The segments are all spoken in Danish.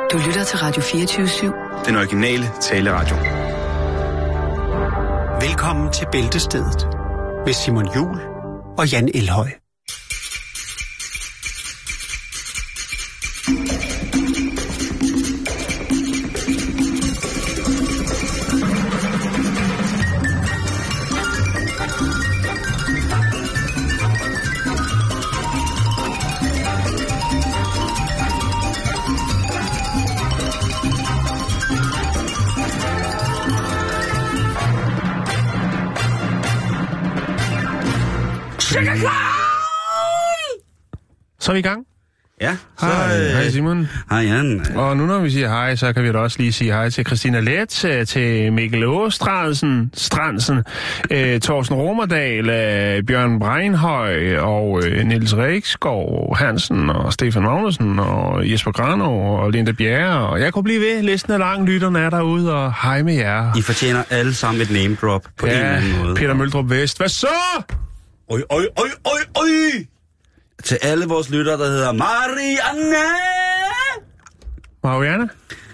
Du lytter til Radio 24/7. Den originale taleradio. Velkommen til Bæltestedet med Simon Juhl og Jan Elhøj. Så er vi i gang. Ja. Hej Simon. Hej Jan. Og nu når vi siger hej, så kan vi da også lige sige hej til Christina Let, til Mikkel Åstrandsen, Thorsten Romerdal, Bjørn Breinhøj og Niels Rikskov Hansen og Stefan Magnussen og Jesper Grano og Linda Bjerre. Og jeg kunne blive ved. Listen er lang, lytterne er derude, og hej med jer. I fortjener alle sammen et name drop på en eller anden måde. Peter Møldrup Vest. Hvad så? Oj. Til alle vores lyttere, der hedder Marianne.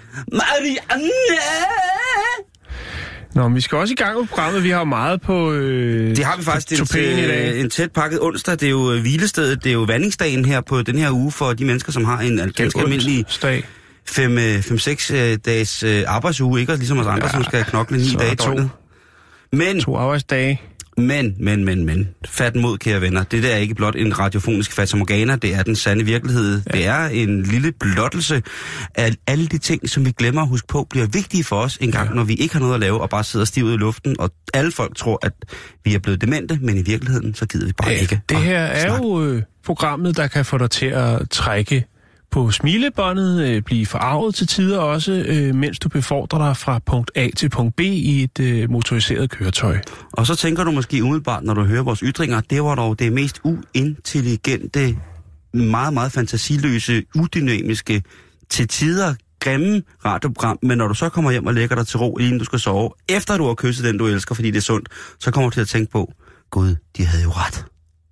Nå, men vi skal også i gang med programmet. Vi har meget på det har vi faktisk en tæt pakket onsdag. Det er jo hvilestedet, det er jo vandingsdagen her på den her uge for de mennesker, som har en ganske almindelig 5-6 dages arbejdsuge, ikke? Ligesom os andre, som skal knokle 9 dage i døgnet. Men 2 arbejdsdage. Men. Fat mod, kære venner. Det der er ikke blot en radiofonisk fatamorgana, det er den sande virkelighed. Ja. Det er en lille blottelse af alle de ting, som vi glemmer at huske på, bliver vigtige for os en gang, når vi ikke har noget at lave og bare sidder stivt i luften, og alle folk tror, at vi er blevet demente, men i virkeligheden, så gider vi bare ikke. Det her er jo programmet, der kan få dig til at trække på smilebåndet, blive forarvet til tider også, mens du befordrer dig fra punkt A til punkt B i et motoriseret køretøj. Og så tænker du måske umiddelbart, når du hører vores ytringer, det var dog det mest uintelligente, meget, meget fantasiløse, udynamiske, til tider grimme radioprogram. Men når du så kommer hjem og lægger dig til ro, inden du skal sove, efter du har kysset den, du elsker, fordi det er sundt, så kommer du til at tænke på, Gud, de havde jo ret.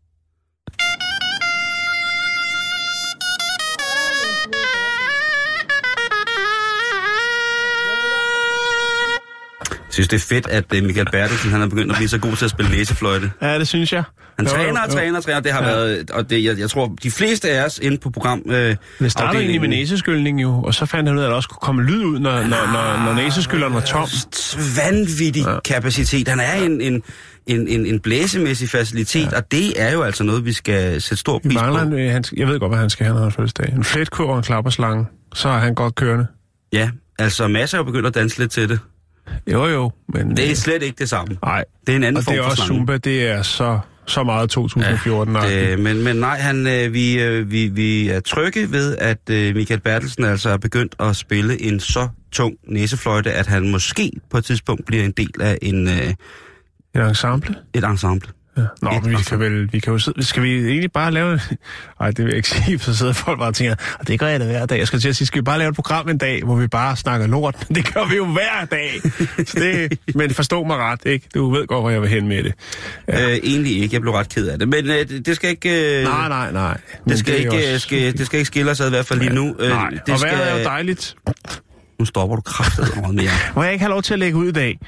Jeg synes, det er fedt, at Michael Bertelsen, han er begyndt at blive så god til at spille næsefløjte. Ja, det synes jeg. Han træner. Det har været, og det, jeg tror, de fleste af os inde på program... det startede egentlig med næseskyldning jo, og så fandt han ud af, at der også kunne komme lyd ud, når næseskylderen var tom. Vanvittig kapacitet. Han er en blæsemæssig facilitet, og det er jo altså noget, vi skal sætte stor pris på. Jeg ved godt, hvad han skal have, når han fødselsdag. En fletkurv og en klapperslange, så er han godt kørende. Ja, altså masser er jo begyndt at danse lidt til det. Jo, men... Det er slet ikke det samme. Nej. Det er en anden form for slange. Og det er også Zumba, det er så meget 2014. Ja, men nej, vi er trygge ved, at Michael Bertelsen altså er begyndt at spille en så tung næsefløjte, at han måske på et tidspunkt bliver en del af en... Et ensemble? Et ensemble. Ja. Nå, men skal vi egentlig bare lave... Nej, det vil jeg ikke sige, for så sidder folk bare og tænker, og det gør jeg da hver dag. Jeg skal til at sige, skal vi bare lave et program en dag, hvor vi bare snakker lort? Det gør vi jo hver dag. Men forstå mig ret, ikke? Du ved godt, hvor jeg vil hen med det. Ja. Egentlig ikke, jeg blev ret ked af det. Men det skal ikke... Nej. Det skal ikke skille os ad, i hvert fald lige nu. Nej, det og vejret er jo dejligt. Nu stopper du kraftigt meget mere. Må jeg ikke have lov til at lægge ud i dag?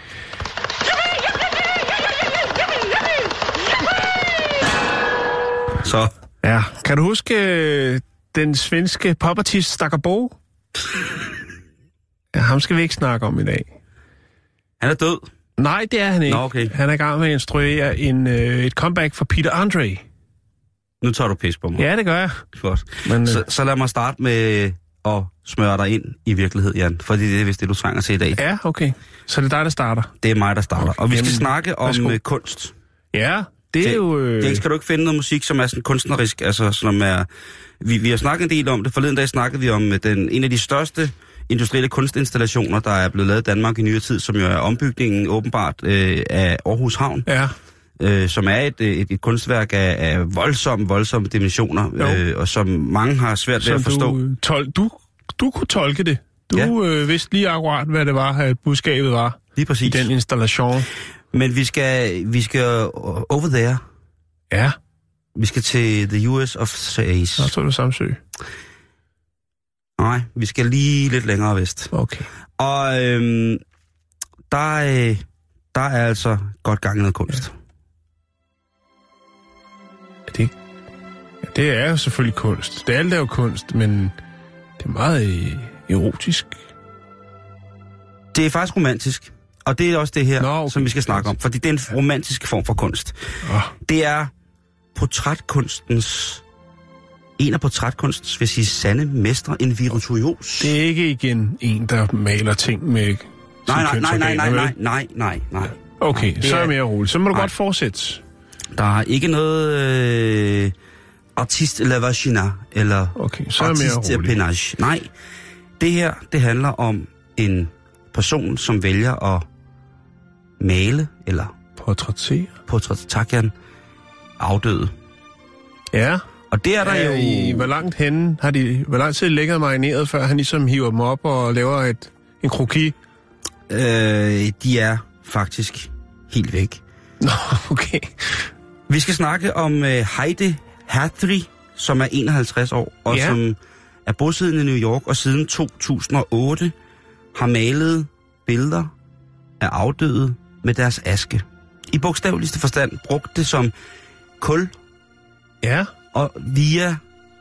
Så. Ja, kan du huske den svenske popartist Stakker Bo? Ja, ham skal vi ikke snakke om i dag. Han er død? Nej, det er han ikke. Nå, okay. Han er i gang med at instruere et comeback for Peter Andre. Nu tager du pis på mig. Ja, det gør jeg. Flot. Men, så lad mig starte med at smøre dig ind i virkelighed, Jan. Fordi det er vist det, du trænger til i dag. Ja, okay. Så det er dig, der starter? Det er mig, der starter. Okay. Og vi skal snakke om kunst. Ja, det er jo... Det skal du ikke finde noget musik, som er sådan kunstnerisk, altså som er... Vi har snakket en del om det. Forleden dag snakkede vi om en af de største industrielle kunstinstallationer, der er blevet lavet i Danmark i nyere tid, som jo er ombygningen åbenbart af Aarhus Havn. Ja. Som er et kunstværk af voldsomme dimensioner, og som mange har svært ved at forstå. Du kunne tolke det. Du vidste lige akkurat, hvad det var, at budskabet var. Lige præcis. I den installation. Men vi skal over there. Ja. Vi skal til the US of A's. Nå, så er det Samsø. Nej, Nej, vi skal lige lidt længere vest. Okay. Og der er altså godt gang i noget kunst. Ja. Det er jo selvfølgelig kunst. Det alt er jo kunst, men det er meget erotisk. Det er faktisk romantisk. Og det er også det her, okay, som vi skal snakke om. Fordi det er en romantisk form for kunst. Det er en af portrætkunstens, vil sige, sande mestre, en virtuos. Det er ikke igen en, der maler ting med Nej. Okay, så er jeg mere rolig. Så må du godt fortsætte. Der er ikke noget artiste la vagina, eller okay, så artiste penage. Nej, det her, det handler om en person, som vælger at male, eller portrættere afdøde. Ja. Og det er der jo... Hvor langt henne hvor lang tid ligger marineret, før han ligesom hiver dem op og laver en kroki? De er faktisk helt væk. Nå, okay. Vi skal snakke om Heidi Hathry, som er 51 år, og som er bosiddende i New York, og siden 2008 har malet billeder af afdøde med deres aske. I bogstaveligste forstand brugt det som kul. Ja. Og via,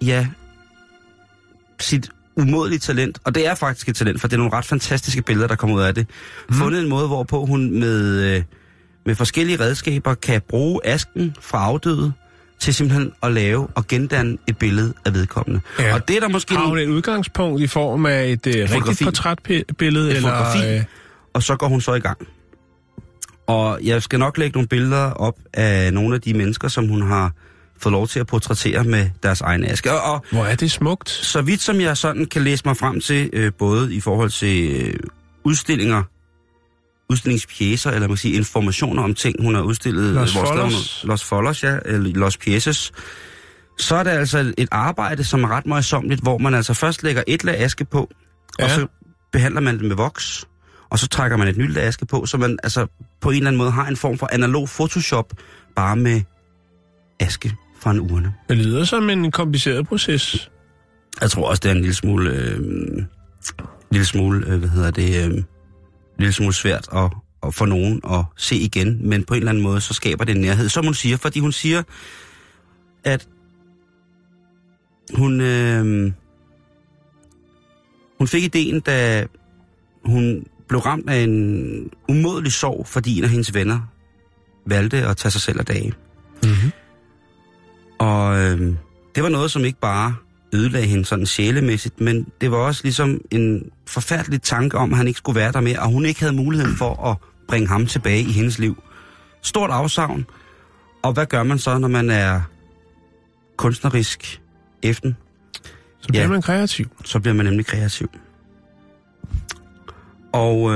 sit umådelige talent, og det er faktisk et talent, for det er nogle ret fantastiske billeder, der kommer ud af det, fundet en måde, hvorpå hun med forskellige redskaber kan bruge asken fra afdøde til simpelthen at lave og gendanne et billede af vedkommende. Ja. Og det er der måske... Har hun et udgangspunkt i form af et rigtigt portrætbillede? Et fotografi, og så går hun så i gang. Og jeg skal nok lægge nogle billeder op af nogle af de mennesker, som hun har fået lov til at portrættere med deres egen aske. Og hvor er det smukt? Så vidt som jeg sådan kan læse mig frem til, både i forhold til udstillingspjecer, eller man kan sige informationer om ting, hun har udstillet. Los Follers, eller Los Pieces. Så er det altså et arbejde, som er ret møjsommeligt, hvor man altså først lægger et lag aske på, og så behandler man det med voks, og så trækker man et nyt lag aske på, så man altså på en eller anden måde har en form for analog Photoshop, bare med aske fra en urne. Det lyder som en kompliceret proces. Jeg tror også, det er en lille smule svært at få nogen at se igen, men på en eller anden måde, så skaber det en nærhed, som hun siger, fordi hun siger, at hun fik ideen, da hun blev ramt af en umådelig sorg, fordi en af hendes venner valgte at tage sig selv af dage. Mm-hmm. Og det var noget, som ikke bare ødelagde hende sådan sjælemæssigt, men det var også ligesom en forfærdelig tanke om, at han ikke skulle være der mere, og hun ikke havde muligheden for at bringe ham tilbage i hendes liv. Stort afsavn. Og hvad gør man så, når man er kunstnerisk efter? Så bliver man kreativ. Så bliver man nemlig kreativ. Og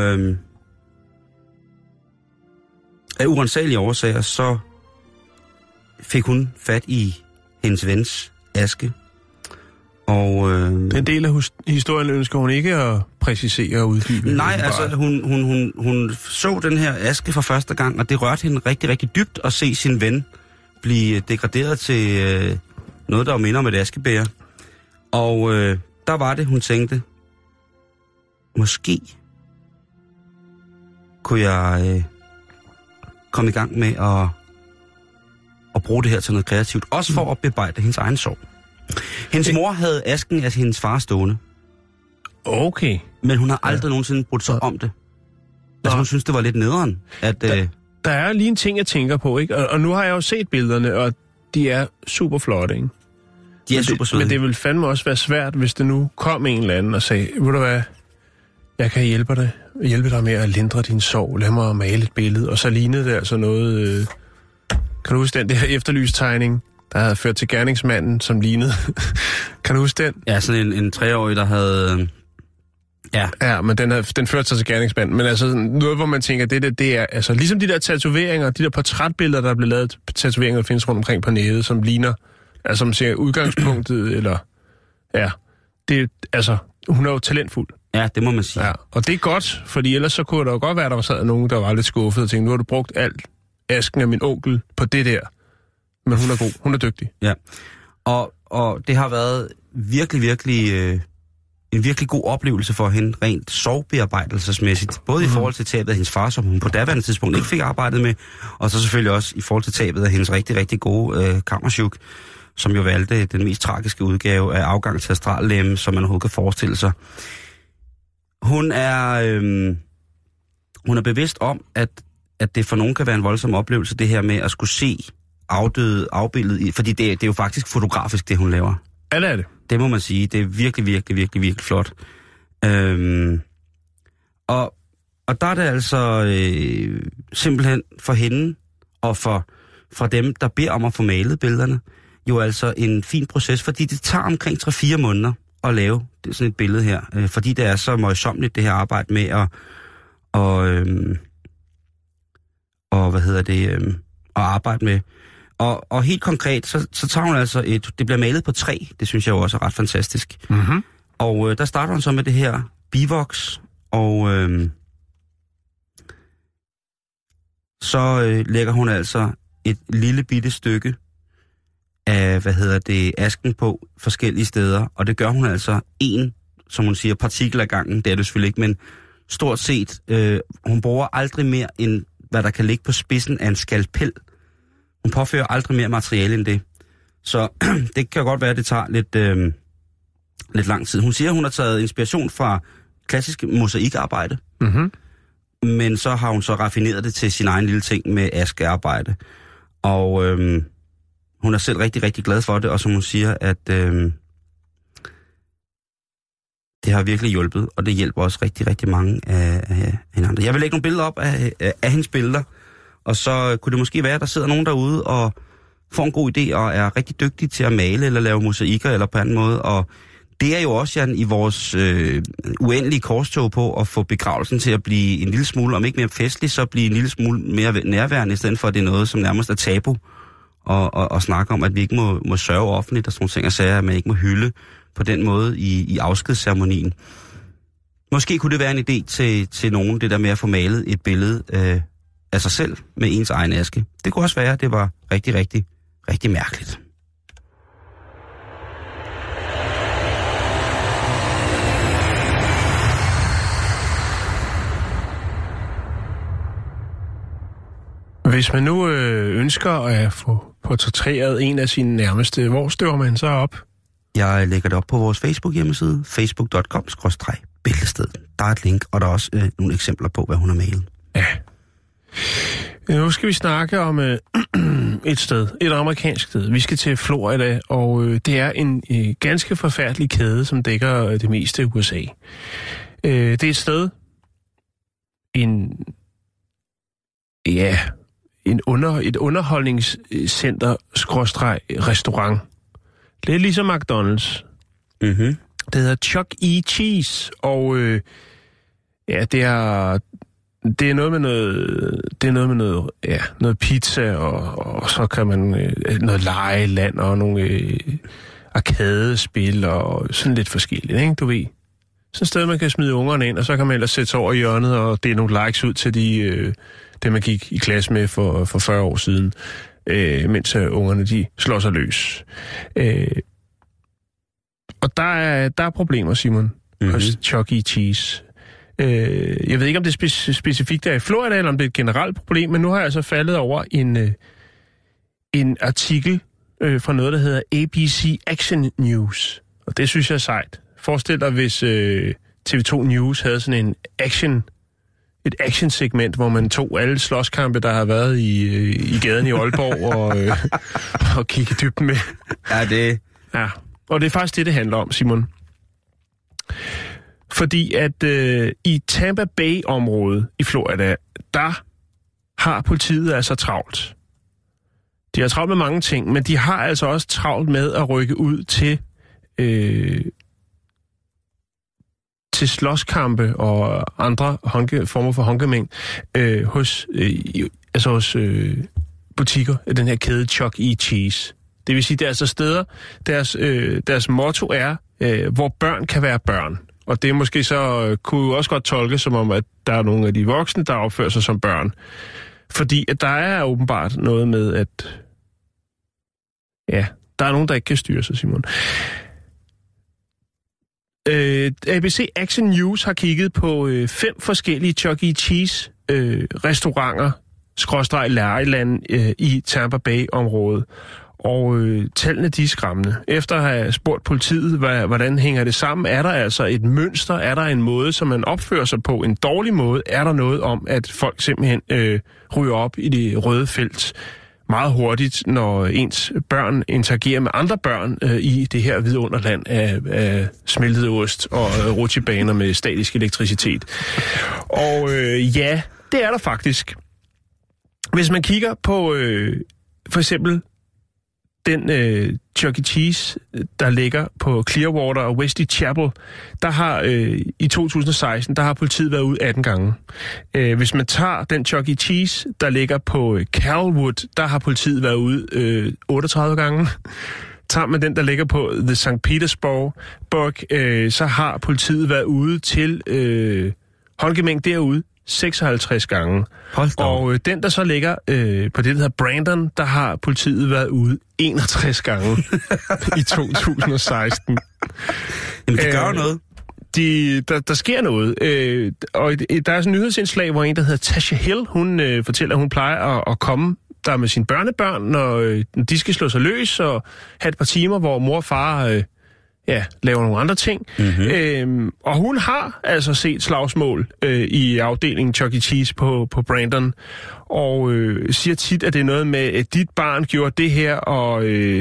af uransagelige årsager, så fik hun fat i hendes vens aske. Og den del af historien ønsker hun ikke at præcisere og uddybe. Nej, altså hun så den her aske for første gang, og det rørte hende rigtig, rigtig dybt at se sin ven blive degraderet til noget, der var minder om et askebæger. Og der var det, hun tænkte, måske kunne jeg komme i gang med at bruge det her til noget kreativt. Også for at bearbejde hendes egen sorg. Hendes mor havde asken af hendes far stående. Okay. Men hun har aldrig nogensinde brudt sig om det. Altså hun synes, det var lidt nederen. At, der er lige en ting, jeg tænker på, ikke? Og nu har jeg jo set billederne, og de er super flotte, ikke? De er super søde. Men det vil fandme også være svært, hvis det nu kom en eller anden og sagde, ved du hvad, jeg kan hjælpe dig med at lindre din sorg. Lad mig male et billede. Og så lignede det altså noget... kan du huske den der efterlystegning, der havde ført til gerningsmanden, som lignede? Kan du huske den? Ja, sådan en 3-årig, der havde... Ja, men den førte sig til gerningsmanden. Men altså noget, hvor man tænker, det er... Altså ligesom de der tatoveringer, de der portrætbilleder, der er blevet lavet, tatoveringer, der findes rundt omkring på nettet, som ligner... Altså som siger udgangspunktet, eller... Ja, det altså... Hun er jo talentfuld. Ja, det må man sige. Ja, og det er godt, fordi ellers så kunne der jo godt være, der sad nogen, der var lidt skuffet og tænkte, nu har du brugt alt asken af min onkel på det der. Men hun er god. Hun er dygtig. Ja. Og det har været virkelig, virkelig en virkelig god oplevelse for hende, rent sorgbearbejdelsesmæssigt. Både i forhold til tabet af hendes far, som hun på daværende tidspunkt ikke fik arbejdet med, og så selvfølgelig også i forhold til tabet af hendes rigtig, rigtig gode kammerchuk, som jo valgte den mest tragiske udgave af afgang til astrallemme, som man overhovedet kan forestille sig. Hun er bevidst om, at det for nogen kan være en voldsom oplevelse, det her med at skulle se afdøde afbildet, fordi det er jo faktisk fotografisk, det hun laver. Ja, det er det. Det må man sige. Det er virkelig, virkelig, virkelig, virkelig flot. Og der er det altså simpelthen for hende og for dem, der beder om at få malet billederne, jo altså en fin proces, fordi det tager omkring 3-4 måneder at lave sådan et billede her, fordi det er så møjsommeligt, det her arbejde med at arbejde med. Og helt konkret, så tager hun altså det bliver malet på træ, det synes jeg jo også er ret fantastisk. Mm-hmm. Og der starter hun så med det her bivoks, og så lægger hun altså et lille bitte stykke af, asken på forskellige steder, og det gør hun altså som hun siger, partikel ad gangen, det er det selvfølgelig ikke, men stort set, hun bruger aldrig mere end, hvad der kan ligge på spidsen af en skalpel. Hun påfører aldrig mere materiale end det. Så det kan godt være, at det tager lidt lang tid. Hun siger, at hun har taget inspiration fra klassisk mosaikarbejde, men så har hun så raffineret det til sin egen lille ting med askearbejde. Og hun er selv rigtig, rigtig glad for det, og som hun siger, at det har virkelig hjulpet, og det hjælper også rigtig, rigtig mange af hinanden. Jeg vil lægge nogle billeder op af hendes billeder, og så kunne det måske være, at der sidder nogen derude og får en god idé og er rigtig dygtig til at male eller lave mosaikker eller på anden måde. Og det er jo også, Jan, i vores uendelige korstog på at få begravelsen til at blive en lille smule, om ikke mere festlig, så blive en lille smule mere nærværende, i stedet for at det er noget, som nærmest er tabu og snakke om, at vi ikke må sørge offentligt, og sådan nogle ting og sager, at man ikke må hylde på den måde i afskedsceremonien. Måske kunne det være en idé til nogen, det der med at få malet et billede af sig selv med ens egen aske. Det kunne også være, at det var rigtig, rigtig, rigtig mærkeligt. Hvis man nu ønsker at få portrætteret en af sine nærmeste, hvor støver man så op? Jeg lægger det op på vores Facebook-hjemmeside, facebook.com/bæltestedet. Der er et link, og der er også nogle eksempler på, hvad hun har malet. Ja. Nu skal vi snakke om et sted, et amerikansk sted. Vi skal til Florida, og det er en ganske forfærdelig kæde, som dækker det meste af USA. Det er et sted, et underholdningscenter/restaurant. Det er ligesom McDonald's. Mm-hmm. Det hedder Chuck E. Cheese, og det er noget med noget pizza, og så kan man noget legeland og nogle arkadespil og sådan lidt forskelligt, ikke? Du ved. Sådan et sted, man kan smide ungerne ind, og så kan man ellers sætte sig over i hjørnet, og det er nogle likes ud til det man gik i klasse med for 40 år siden, mens ungerne de slår sig løs. Og der er problemer, Simon, hos Chuck E. Cheese. Jeg ved ikke, om det er specifikt der i Florida, eller om det er et generelt problem, men nu har jeg så faldet over en artikel fra noget, der hedder ABC Action News. Og det synes jeg er sejt. Forestil dig, hvis TV2 News havde sådan et action-segment, hvor man tog alle slåskampe, der har været i gaden i Aalborg, og kigge dybden med. Ja, og det er faktisk det handler om, Simon. Fordi at i Tampa Bay-området i Florida, der har politiet altså travlt. De har travlt med mange ting, men de har altså også travlt med at rykke ud til slåskampe og andre former for håndgemæng hos butikker af den her kæde Chuck E. Cheese. Det vil sige, det er altså steder, deres motto er, hvor børn kan være børn. Og det måske så kunne også godt tolkes som om, at der er nogle af de voksne, der opfører sig som børn. Fordi at der er åbenbart noget med, at der er nogen, der ikke kan styre sig, Simon. ABC Action News har kigget på 5 forskellige Chuck E. Cheese restauranter, /lærerland i Tampa Bay-området. Og tallene de er skræmmende. Efter at have spurgt politiet, hvordan hænger det sammen, er der altså et mønster, er der en måde, som man opfører sig på, en dårlig måde, er der noget om, at folk simpelthen ryger op i det røde felt meget hurtigt, når ens børn interagerer med andre børn i det her vidunderland af smeltet ost og rutsjebaner med statisk elektricitet. Og ja, det er der faktisk. Hvis man kigger på for eksempel den Chuck E. Cheese, der ligger på Clearwater og Wesley Chapel, der har i 2016, der har politiet været ude 18 gange. Hvis man tager den Chuck E. Cheese, der ligger på Calwood, der har politiet været ude 38 gange. Tager man den, der ligger på The St. Petersburg, så har politiet været ude til håndgemæng derude 56 gange. Og den, der så ligger på det, der hedder Brandon, der har politiet været ude 61 gange i 2016. Jamen, det gør noget. Der sker noget. Og der er sådan en nyhedsindslag, hvor en, der hedder Tasha Hill, hun fortæller, at hun plejer at komme der med sine børnebørn, når de skal slå sig løs og have et par timer, hvor mor og far laver nogle andre ting. Mm-hmm. Og hun har altså set slagsmål i afdelingen Chuck E. Cheese på Brandon, og siger tit, at det er noget med, at dit barn gjorde det her, og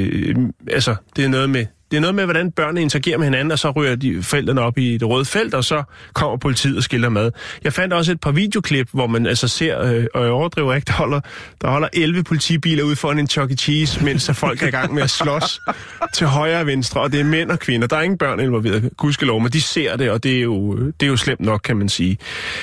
det er noget med, hvordan børnene interagerer med hinanden, og så ryger de forældrene op i det røde felt, og så kommer politiet og skiller mad. Jeg fandt også et par videoklip, hvor man altså ser, og jeg overdriver ikke, der holder 11 politibiler ude foran en Chuck E. Cheese, mens folk er i gang med at slås til højre og venstre, og det er mænd og kvinder. Der er ingen børn involveret, gudskelov, men de ser det, og det er jo slemt nok, kan man sige.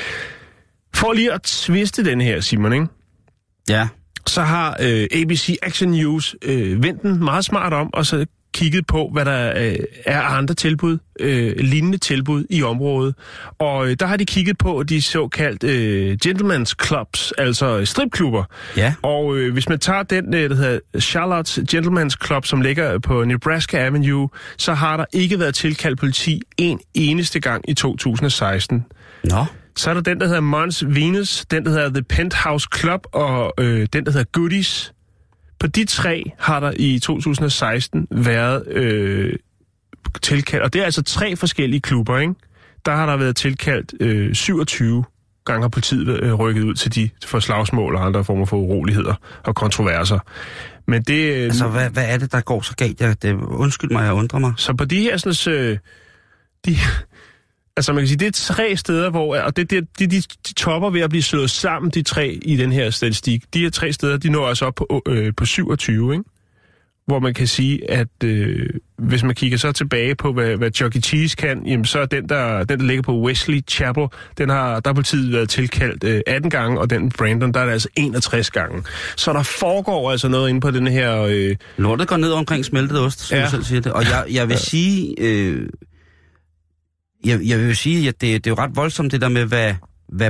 For lige at tviste den her, Simon, ikke? Ja. Så har ABC Action News vendt den meget smart om, og så kigget på, hvad der er andre tilbud, lignende tilbud i området. Og der har de kigget på de såkaldt gentlemen's clubs, altså stripklubber. Ja. Og hvis man tager den, der hedder Charlotte's Gentlemen's Club, som ligger på Nebraska Avenue, så har der ikke været tilkaldt politi en eneste gang i 2016. Nå. Så er der den, der hedder Mons Venus, den, der hedder The Penthouse Club, og den, der hedder Goodies. På de 3 har der i 2016 været tilkaldt, og det er altså 3 forskellige klubber, ikke? Der har der været tilkaldt 27 gange har politiet rykket ud til de for slagsmål og andre former for uroligheder og kontroverser. Men det... Altså, hvad er det, der går så galt? Undskyld mig, jeg undrer mig. Så på de her sådan... Altså man kan sige, det er 3 steder, hvor... Og de topper ved at blive slået sammen, de 3 i den her statistik. De her 3 steder, de når altså op på 27, ikke? Hvor man kan sige, at hvis man kigger så tilbage på, hvad Chuck E. Cheese kan, jamen så er den, der ligger på Wesley Chapel, der har politiet været tilkaldt 18 gange, og den Brandon, der er det altså 61 gange. Så der foregår altså noget inde på den her... Lortet går ned omkring smeltet ost, som du selv siger det. Og jeg vil sige... Jeg vil jo sige, at det er jo ret voldsomt det der med, hvad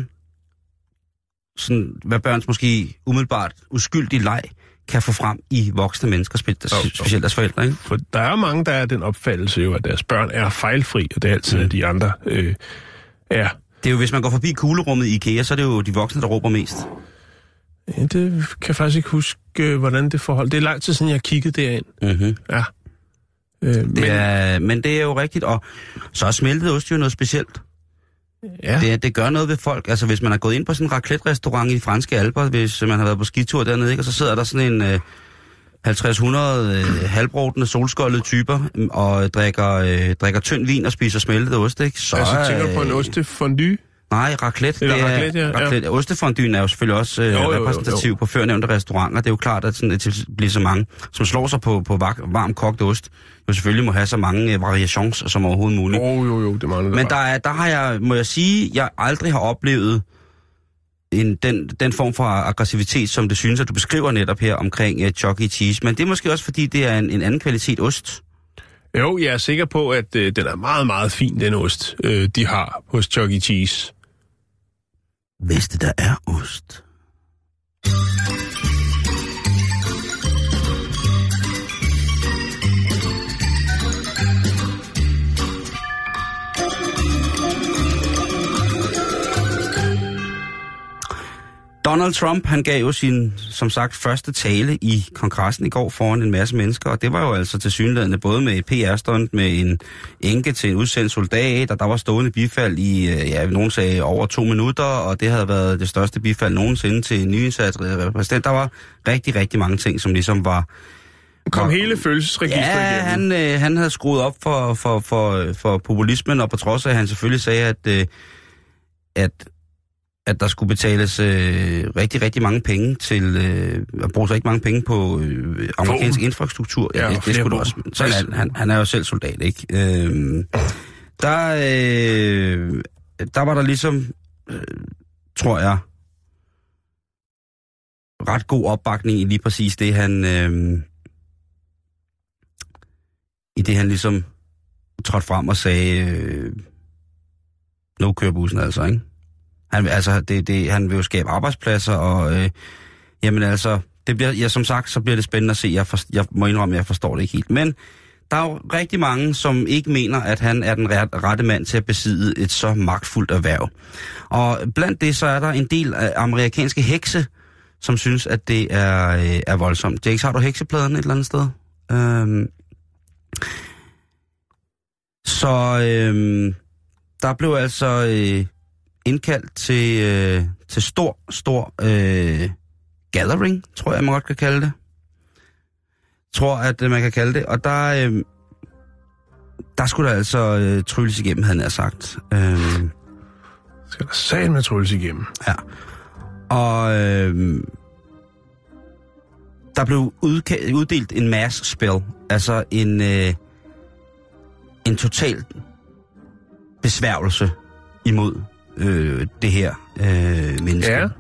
børns måske umiddelbart uskyldige leg kan få frem i voksne mennesker, specielt deres forældre, ikke? For der er mange, der er den opfattelse jo, at deres børn er fejlfri, og det er altid, at de andre er. Det er jo, hvis man går forbi kuglerummet i IKEA, så er det jo de voksne, der råber mest. Ja, det kan jeg faktisk ikke huske, hvordan det forhold. Det er lang tid siden, jeg kiggede derind. Mm-hmm. Ja. Men det er jo rigtigt, og så er smeltet ost jo noget specielt. Ja. Det gør noget ved folk. Altså, hvis man har gået ind på sådan en raclette-restaurant i de franske alper, hvis man har været på skitur dernede, ikke, og så sidder der sådan en 50-100 halvbrodende, solskoldede typer, og drikker tynd vin og spiser smeltet ost, ikke? Så tænker du på en ostefondue? Nej, raclette. Raclette. Ostefonduen er jo selvfølgelig også repræsentativ på førnævnte restauranter. Det er jo klart, at det bliver så mange, som slår sig på varm kogt ost, jo selvfølgelig må have så mange variations som overhovedet muligt. Jo, det mangler. Men der har jeg, må jeg sige, jeg aldrig har oplevet den form for aggressivitet, som det synes, at du beskriver netop her omkring Chuck E. Cheese. Men det er måske også, fordi det er en anden kvalitet ost. Jo, jeg er sikker på, at den er meget, meget fin, den ost, de har hos Chuck E. Cheese. Hvis det der er ost. Donald Trump, han gav jo sin, som sagt, første tale i kongressen i går foran en masse mennesker, og det var jo altså tilsyneladende både med et PR-stunt, med en enke til en udsendt soldat, og der var stående bifald i, nogen sagde over 2 minutter, og det havde været det største bifald nogensinde til en nyindsat præsident. Der var rigtig, rigtig mange ting, som ligesom var... Kom hele følelsesregistret igennem. Ja, han havde skruet op for populismen, og på trods af, at han selvfølgelig sagde, at der skulle betales rigtig, rigtig mange penge til at bruge rigtig mange penge på amerikansk infrastruktur. Ja, det skulle også. Så han er jo selv soldat, ikke? Der var der ligesom, tror jeg, ret god opbakning i lige præcis det, han ligesom trådte frem og sagde, nu kører bussen altså, ikke? Han vil jo skabe arbejdspladser, og jamen altså, det bliver, som sagt, så bliver det spændende at se. Jeg må indrømme, at jeg forstår det ikke helt. Men der er jo rigtig mange, som ikke mener, at han er den rette mand til at besidde et så magtfuldt erhverv. Og blandt det, så er der en del af amerikanske hekse, som synes, at det er voldsomt. Jakes, har du heksepladen et eller andet sted? Der blev altså indkaldt til stor gathering, tror jeg, man godt kan kalde det. Tror, at man kan kalde det. Og der skulle der altså trylles igennem, havde han sagt. Skal der sagen med trylles igennem? Ja. Og der blev uddelt en mass spell, altså en total besværgelse imod det her menneske. Ja.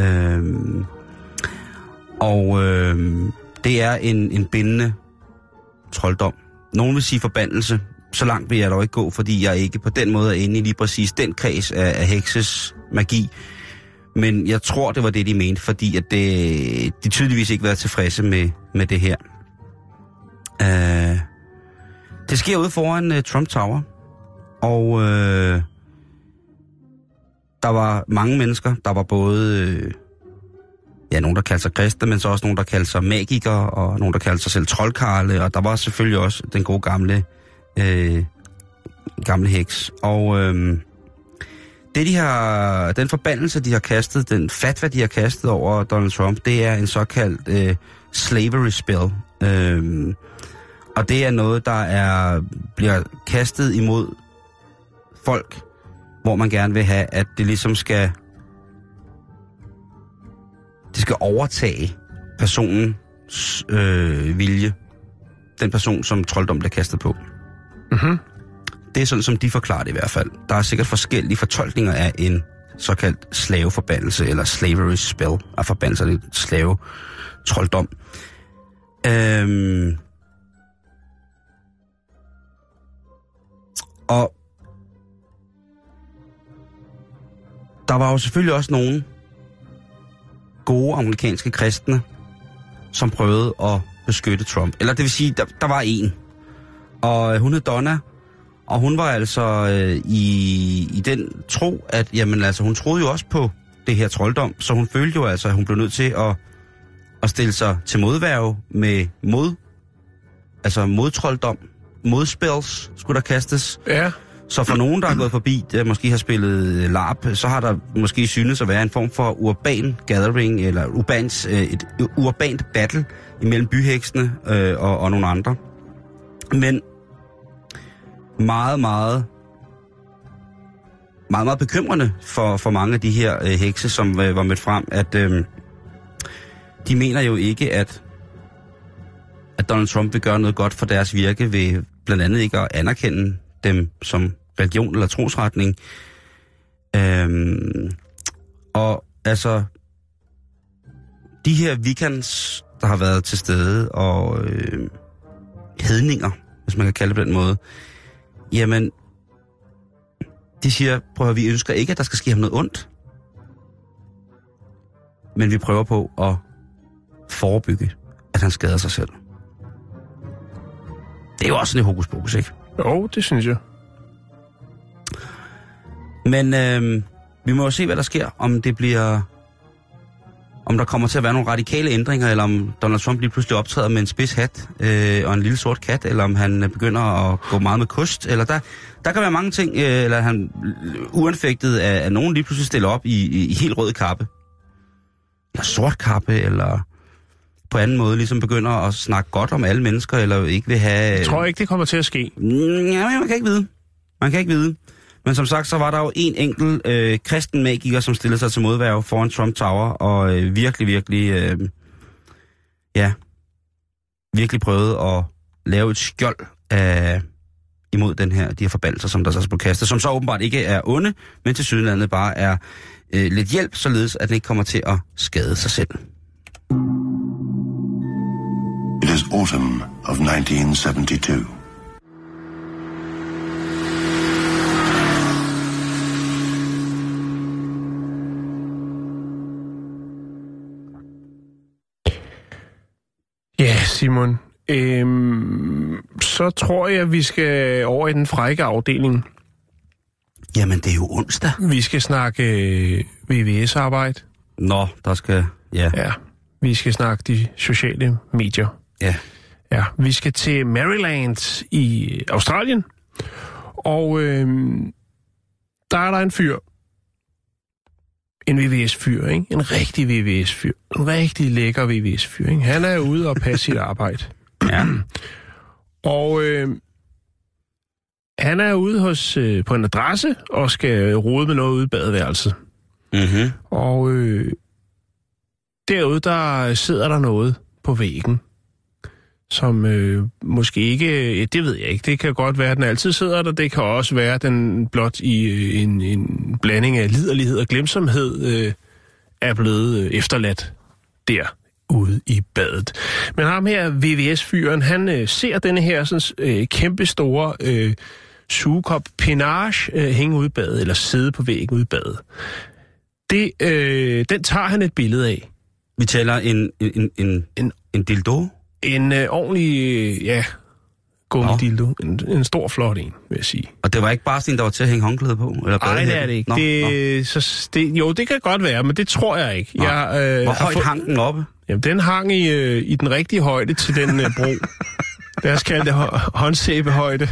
Det er en bindende trolddom. Nogen vil sige forbandelse. Så langt vil jeg dog ikke gå, fordi jeg ikke på den måde er inde i lige præcis den kreds af hekses magi. Men jeg tror, det var det, de mente, fordi at de tydeligvis ikke var tilfredse med det her. Det sker ude foran Trump Tower, og der var mange mennesker. Der var både nogen, der kaldte sig kristne, men så også nogen, der kaldte sig magikere, og nogen, der kaldte sig selv troldkarle, og der var selvfølgelig også den gode gamle heks. Og den forbandelse, de har kastet, den fatwa, de har kastet over Donald Trump, det er en såkaldt slavery spell. Og det er noget, der bliver kastet imod folk, hvor man gerne vil have, at det ligesom skal overtage personens vilje. Den person, som trolddom bliver kastet på. Mhm. Det er sådan, som de forklarer det i hvert fald. Der er sikkert forskellige fortolkninger af en såkaldt slaveforbandelse, eller slavery spell af forbandelse, eller slave-trolddom. Og der var jo selvfølgelig også nogle gode amerikanske kristne, som prøvede at beskytte Trump. Eller det vil sige, der var en. Og hun hed Donna, og hun var altså i den tro, at jamen altså, hun troede jo også på det her trolddom, så hun følte jo altså, at hun blev nødt til at stille sig til modværge med modtrolddom. Modspells skulle der kastes. Ja. Så for nogen, der er gået forbi, der måske har spillet LARP, så har der måske synes at være en form for urban gathering, eller et urbant battle imellem byheksene og nogle andre. Men meget, meget, meget, meget bekymrende for mange af de her hekse, som var mødt frem, at de mener jo ikke, at Donald Trump vil gøre noget godt for deres virke ved blandt andet ikke at anerkende dem som religion eller trosretning. Og altså, de her Wiccans, der har været til stede, og hedninger, hvis man kan kalde det på den måde, jamen, de siger, prøv at vi ønsker ikke, at der skal ske ham noget ondt, men vi prøver på at forebygge, at han skader sig selv. Det er jo også sådan et hokus pokus, ikke? Jo, det synes jeg. Men vi må jo se, hvad der sker, om det bliver om der kommer til at være nogle radikale ændringer, eller om Donald Trump lige pludselig optræder med en spids hat og en lille sort kat, eller om han begynder at gå meget med kost, eller der kan være mange ting, eller han uanfægtet af nogen lige pludselig stiller op i helt rød kappe, eller sort kappe, eller på anden måde ligesom begynder at snakke godt om alle mennesker, eller ikke vil have... Jeg tror ikke, det kommer til at ske. Ja, man kan ikke vide. Man kan ikke vide. Men som sagt, så var der jo en enkelt kristen magiker, som stillede sig til modværge foran Trump Tower, og virkelig prøvede at lave et skjold imod de her forbandelser, som der så blev kastet, som så åbenbart ikke er onde, men til sydenlandet bare er lidt hjælp, således at det ikke kommer til at skade sig selv. It is autumn of 1972. Ja, Simon. Så tror jeg, vi skal over i den frække afdeling. Jamen, det er jo onsdag. Vi skal snakke VVS-arbejde. Nå, der skal... Ja. Ja, vi skal snakke de sociale medier. Ja. Ja, vi skal til Maryland i Australien. Og der er der en fyr. En VVS-fyr, ikke? En rigtig VVS-fyr. En rigtig lækker VVS-fyr, ikke? Han er ude og passe sit arbejde. Ja. Og han er ude på en adresse og skal rode med noget ude i badeværelset. Mhm. Og derude, der sidder der noget på væggen, som måske ikke... Det ved jeg ikke. Det kan godt være, at den altid sidder der. Det kan også være, at den blot i en blanding af liderlighed og glemsomhed er blevet efterladt der ude i badet. Men ham her, VVS-fyren, han ser denne her sådan, kæmpe store sugekop Panache hænge ude i badet, eller sidde på væggen ude i badet. Den tager han et billede af. Vi taler en dildo? En ordentlig, gummidildo. En stor, flot en, vil jeg sige. Og det var ikke bare sådan, der var til at hænge håndklæder på? Nej, det er det ikke. Jo, det kan godt være, men det tror jeg ikke. Hvor højt hang den oppe? Jamen, den hang i den rigtige højde til den bro. Lad os kalde det håndsæbehøjde.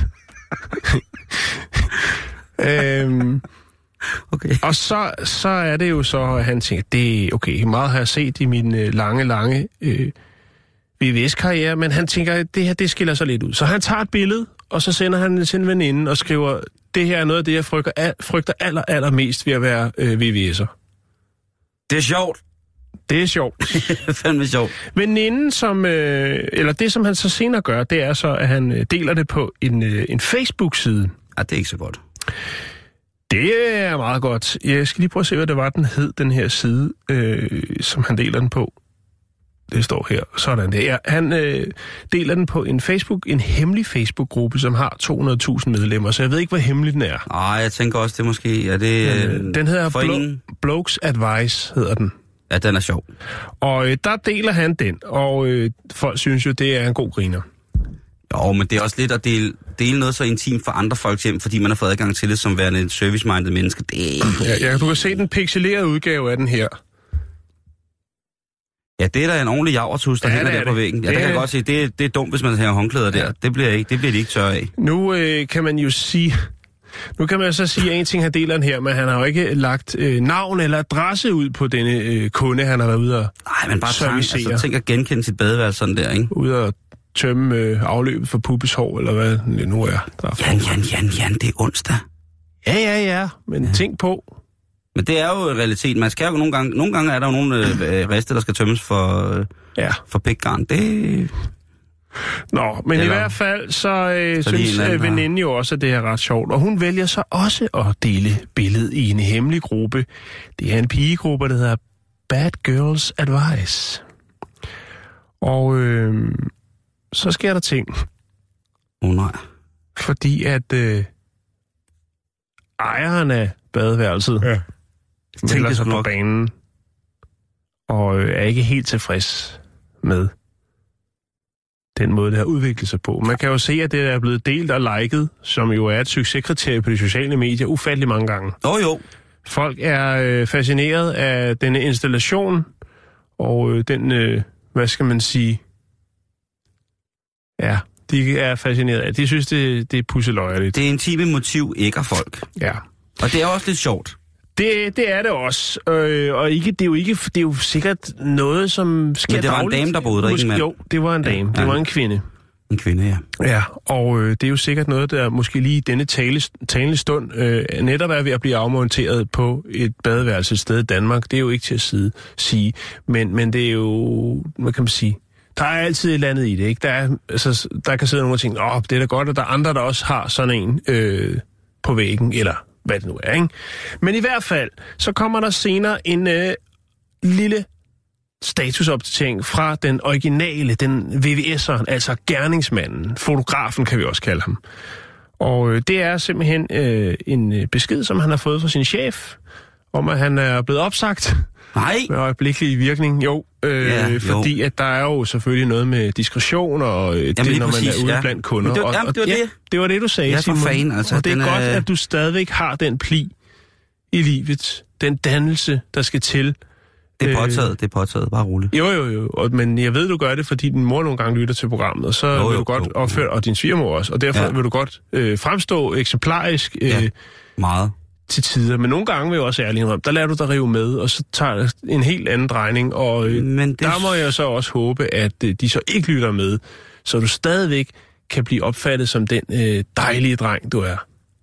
Okay. Og så er det jo så, at han tænker, det er okay, meget har jeg set i min lange VVS-karriere, men han tænker, at det her, det skiller sig lidt ud. Så han tager et billede, og så sender han det til en veninde og skriver, det her er noget af det, jeg frygter allermest ved at være VVS'er. Det er sjovt. Det er sjovt. Fandme sjovt. Veninden, eller det, som han så senere gør, det er så, at han deler det på en Facebook-side. Ja, det er ikke så godt. Det er meget godt. Jeg skal lige prøve at se, hvad det var, den hed, den her side, som han deler den på. Det står her. Sådan det. Ja, han deler den på en hemmelig Facebook-gruppe, som har 200.000 medlemmer, så jeg ved ikke, hvor hemmelig den er. Nej, jeg tænker også, det måske er det... den hedder Blokes Advice, hedder den. Ja, den er sjov. Og der deler han den, og folk synes jo, det er en god griner. Jo, men det er også lidt at dele noget så intimt for andre folks hjem, fordi man har fået adgang til det som værende en service-minded menneske. Ja, du kan se den pixelerede udgave af den her. Ja, det er da en ordentlig javertus, der hænger der på væggen. Ja, det kan jeg godt se. Det er dumt, hvis man har håndklæder der. Ja. Det bliver de ikke tørre af. Nu kan man jo sige... Nu kan man så sige, at en ting, han deler den her, men han har jo ikke lagt navn eller adresse ud på denne kunde, han har været ude og nej, men bare tænk at genkende sit badeværelse sådan der, ikke? Ude og tømme afløbet for Puppes hår, eller hvad det nu er. Jan, det er onsdag. Ja, men tænk på. Men det er jo realitet. Man skal jo nogle gange er der jo nogle rester, der skal tømmes for pikgarn. Det... Nå, men eller, i hvert fald så synes veninden jo også, at det er ret sjovt. Og hun vælger så også at dele billedet i en hemmelig gruppe. Det er en pigegruppe, der hedder Bad Girls Advice. Og så sker der ting. Nej. Fordi at ejeren af badeværelset melder sig på banen og er ikke helt tilfreds med den måde, det har udviklet sig på. Man kan jo se, at det er blevet delt og liket, som jo er et succeskriterie på de sociale medier, ufattelig mange gange. Jo. Folk er fascineret af denne installation, Og den, hvad skal man sige... Ja, de er fascineret af. De synes, det er pusseløjerligt. Det intime motiv ægger folk. Ja. Og det er også lidt sjovt. Det er det også. Og det er jo sikkert noget, som sker dagligt. Men det var dagligt. En dame, der boede der, ikke en mand? Jo, det var en dame. Ja. Det var en kvinde. En kvinde, ja. Ja, og det er jo sikkert noget, der måske lige i denne talende stund netop er ved at blive afmonteret på et badeværelse et sted i Danmark. Det er jo ikke til at sige. Men det er jo, hvad kan man sige... Der er altid et eller andet i det, ikke? Der kan sidde nogen og tænke, det er da godt, at der er andre, der også har sådan en på væggen, eller hvad det nu er, ikke? Men i hvert fald, så kommer der senere en lille statusopdatering fra den originale, den VVS'eren, altså gerningsmanden, fotografen kan vi også kalde ham. Og det er simpelthen en besked, som han har fået fra sin chef, om at han er blevet opsagt. Nej. Med øjeblikkelig virkning, fordi at der er jo selvfølgelig noget med diskretion, og det når præcis, man er ude blandt kunder. Det var det, du sagde, Simon. Fan, altså, og det er godt, at du stadigvæk har den pli i livet, den dannelse, der skal til. Det er påtaget, bare roligt. Jo, men jeg ved, du gør det, fordi din mor nogle gange lytter til programmet, og så vil du godt opføre, og din svigermor også, og derfor vil du godt fremstå eksemplarisk. Meget. Til tider, men nogle gange vil jeg også ærlig indrømme, der lader du dig rive med, og så tager det en helt anden drejning, og der må jeg så også håbe, at de så ikke lytter med, så du stadigvæk kan blive opfattet som den dejlige dreng, du er.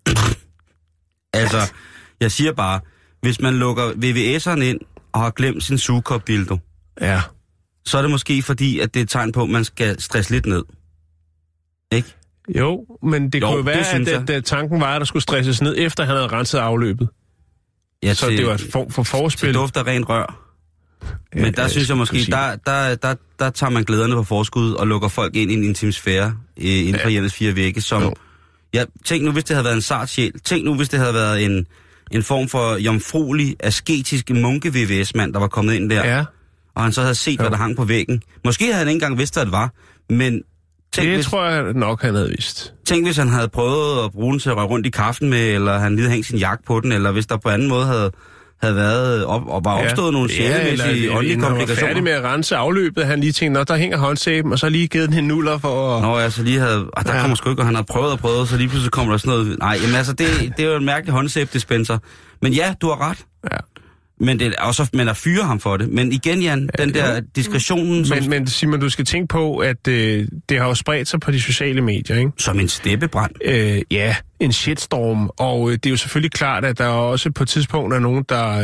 Altså, jeg siger bare, hvis man lukker VVS'eren ind og har glemt sin sugekop-dildo, så er det måske fordi, at det er et tegn på, at man skal stresse lidt ned. Ikke? Jo, men det kunne jo være, at tanken var, at der skulle stresses ned, efter han havde renset afløbet. Ja, så det var et form for forspil. Det dufter rent rør. Men der synes jeg måske, der tager man glæderne på forskud og lukker folk ind i en intim sfære inden for hjemmets fire vægge, som... Ja, tænk nu, hvis det havde været en sart sjæl. Tænk nu, hvis det havde været en form for jomfruelig, asketisk munke-VVS-mand, der var kommet ind der. Ja. Og han så havde set, hvad der hang på væggen. Måske havde han ikke engang vidst, hvad det var, men... Tror jeg nok, han havde vidst. Tænk, hvis han havde prøvet at bruge den til at røre rundt i kaffen med, eller han lige hængt sin jakke på den, eller hvis der på anden måde havde været opstået nogle sjælemæssige åndelige komplikationer. Han var færdig med at rense afløbet, han lige tænkte, der hænger håndsæben, og så lige givet den en nuller for at... Nå ja, så lige havde... der kommer sgu ikke, og han har prøvet, så lige pludselig kommer der sådan noget... Nej, jamen altså, det er jo en mærkelig håndsæbdispenser. Men ja, du har ret. Ja. Men det er også, man at fyre ham for det. Men igen, Jan, den der diskretionen... Men Simon, du skal tænke på, at det har jo spredt sig på de sociale medier, ikke? Som en steppebrand. En shitstorm. Og det er jo selvfølgelig klart, at der også på et tidspunkt er nogen, der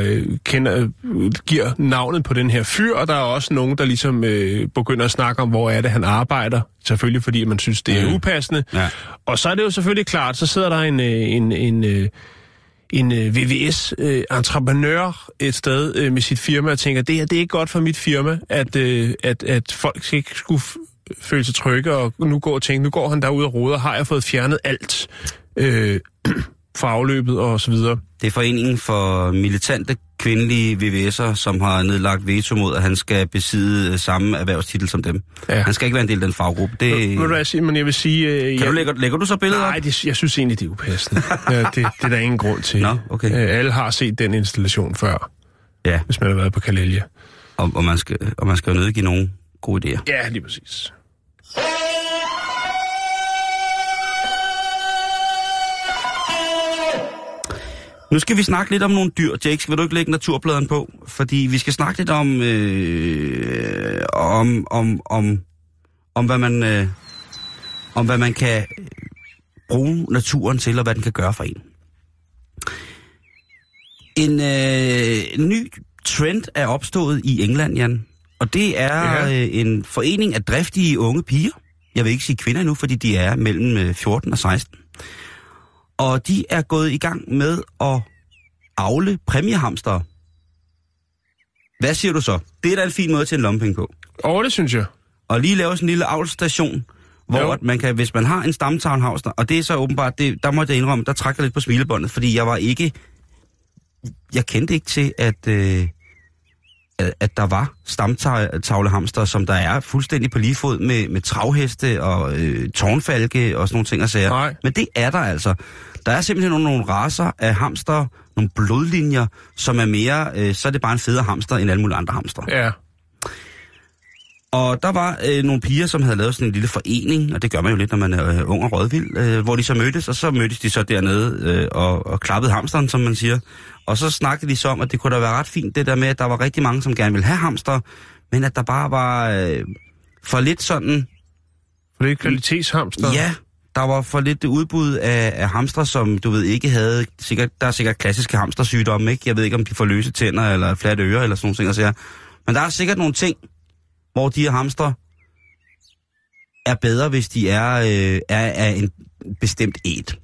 giver navnet på den her fyr, og der er også nogen, der ligesom begynder at snakke om, hvor er det, han arbejder. Selvfølgelig fordi man synes, det er upassende. Ja. Og så er det jo selvfølgelig klart, så sidder der en VVS-entreprenør et sted med sit firma og tænker, det her, det er ikke godt for mit firma, at folk ikke skulle føle sig trygge og nu går han derude og roder, har jeg fået fjernet alt fra afløbet og så videre. Det er foreningen for militante kvindelige VVS'er, som har nedlagt veto mod, at han skal besidde samme erhvervstitel som dem. Ja. Han skal ikke være en del af den faggruppe. Men jeg vil sige... Lægger du så billeder op? Nej, jeg synes egentlig, det er upassende. Det er der ingen grund til. Nå, okay. Alle har set den installation før, hvis man har været på Kalelje. Og man skal jo nedgive nogle gode idéer. Ja, lige præcis. Nu skal vi snakke lidt om nogle dyr. Jake, vil du ikke lægge naturbladene på? Fordi vi skal snakke lidt om hvad man kan bruge naturen til, og hvad den kan gøre for en. En ny trend er opstået i England, Jan. Og det er en forening af driftige unge piger. Jeg vil ikke sige kvinder endnu, fordi de er mellem 14 og 16. Og de er gået i gang med at avle præmiehamstere. Hvad siger du så? Det er da en fin måde til en lommepenge på. Det synes jeg. Og lige lave sådan en lille avlstation, hvor man kan, hvis man har en stamtavnhavster, og det er så åbenbart, der må jeg indrømme, der trækker lidt på smilebåndet, fordi jeg kendte ikke til, at der var stamtavlehamster, som der er fuldstændig på lige fod med travheste og tårnfalke og sådan nogle ting og sager. Nej. Men det er der altså. Der er simpelthen nogle racer af hamster, nogle blodlinjer, som er mere, så er det bare en federe hamster end alle mulige andre hamster. Ja. Og der var nogle piger, som havde lavet sådan en lille forening, og det gør man jo lidt, når man er ung og rådvild, hvor de så mødtes, og så mødtes de så dernede og klappede hamsteren, som man siger. Og så snakkede de så om, at det kunne da være ret fint, det der med, at der var rigtig mange, som gerne ville have hamster, men at der bare var for lidt sådan... For lidt kvalitetshamster? Ja, der var for lidt udbud af hamstre, som du ved ikke havde... Der er sikkert klassiske hamstersygdomme, ikke? Jeg ved ikke, om de får løse tænder eller fladt ører eller sådan nogle ting. Men der er sikkert nogle ting, hvor de her hamstre er bedre, hvis de er af en bestemt æt.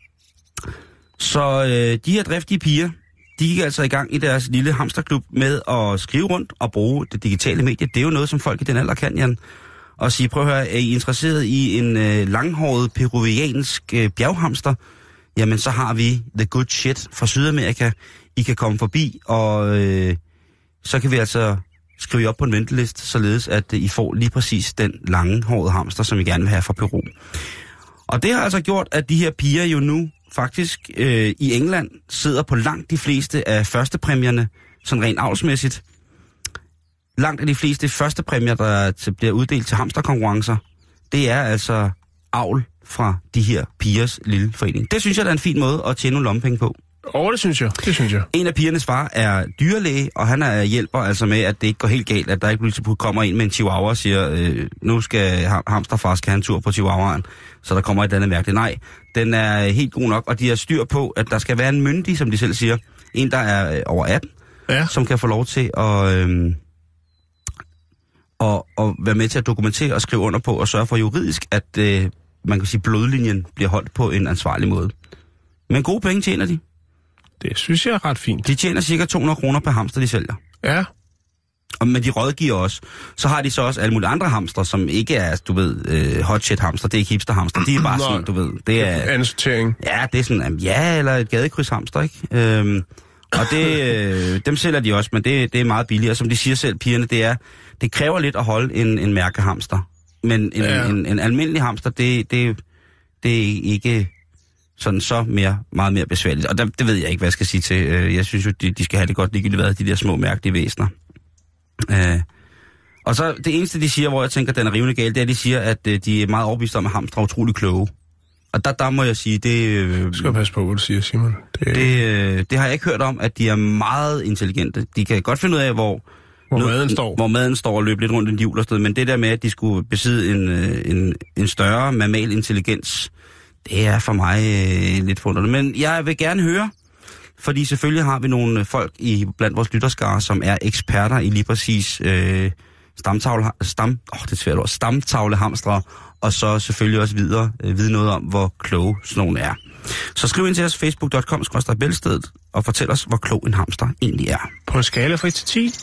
Så de her driftige piger, de gik altså i gang i deres lille hamsterklub med at skrive rundt og bruge det digitale medie. Det er jo noget, som folk i den alder kan, Jan. Og sige, prøv at høre, er I interesseret i en langhåret peruviansk bjerghamster? Jamen, så har vi the good shit fra Sydamerika. I kan komme forbi, og så kan vi altså skrive op på en venteliste, således at I får lige præcis den langhårede hamster, som I gerne vil have fra Peru. Og det har altså gjort, at de her piger jo nu faktisk i England sidder på langt de fleste af førstepræmierne, sådan rent avlsmæssigt. Langt af de fleste førstepræmier, der bliver uddelt til hamsterkonkurrencer, det er altså avl fra de her pigers lille forening. Det synes jeg, der er en fin måde at tjene nogle lommepenge på. Det synes jeg. En af pigernes far er dyrlæge, og han hjælper altså med, at det ikke går helt galt, at der ikke pludselig kommer ind med en chihuahua og siger, nu skal hamsterfar skal have en tur på chihuahuaen, så der kommer et andet mærke. Nej, den er helt god nok, og de har styr på, at der skal være en myndig, som de selv siger, en der er over 18, som kan få lov til at være med til at dokumentere og skrive under på og sørge for juridisk, at man kan sige, blodlinjen bliver holdt på en ansvarlig måde. Men gode penge tjener de. Det synes jeg er ret fint. De tjener cirka 200 kroner per hamster, de sælger. Ja. Men de rådgiver også. Så har de så også alle mulige andre hamster, som ikke er, du ved, hot shit hamster. Det er ikke hipster hamster. De er bare sådan, du ved. Det er anden sortering. Ja, det er sådan, eller et gadekryds hamster, ikke? Og dem sælger de også, men det er meget billigere. Som de siger selv, pigerne, det kræver lidt at holde en mærkehamster. Men en almindelig hamster, det er ikke sådan meget mere besværligt. Og det ved jeg ikke, hvad jeg skal sige til. Jeg synes jo, de skal have det godt ligegyldigt været, de der små mærkelige væsener. Og så det eneste, de siger, hvor jeg tænker, den er rivende galt, det er, at de siger, at de er meget overbevist om, at hamstre er utrolig kloge. Og der må jeg sige, det... skal passe på, hvad du siger, Simon. Det har jeg ikke hørt om, at de er meget intelligente. De kan godt finde ud af, hvor maden står og løber lidt rundt i en hjul og sted. Men det der med, at de skulle besidde en større mammal intelligens, det er for mig lidt forunderligt. Men jeg vil gerne høre, fordi selvfølgelig har vi nogle folk blandt vores lytterskare, som er eksperter i lige præcis stamtavlehamstre, og så selvfølgelig også vide noget om, hvor kloge sådan nogle er. Så skriv ind til os facebook.com/bæltestedet og fortæl os, hvor klog en hamster egentlig er. På en skala fra 1 til 10?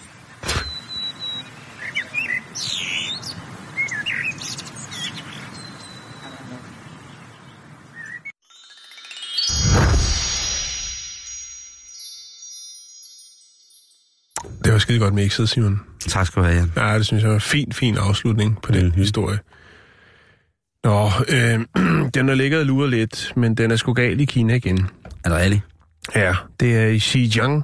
Det var skide godt mixet, Simon. Tak skal du have, Jan. Ja, det synes jeg var en fin afslutning på den historie. Nå, den har ligget og luret lidt, men den er sgu galt i Kina igen. Er det rigtigt? Ja, det er i Xinjiang,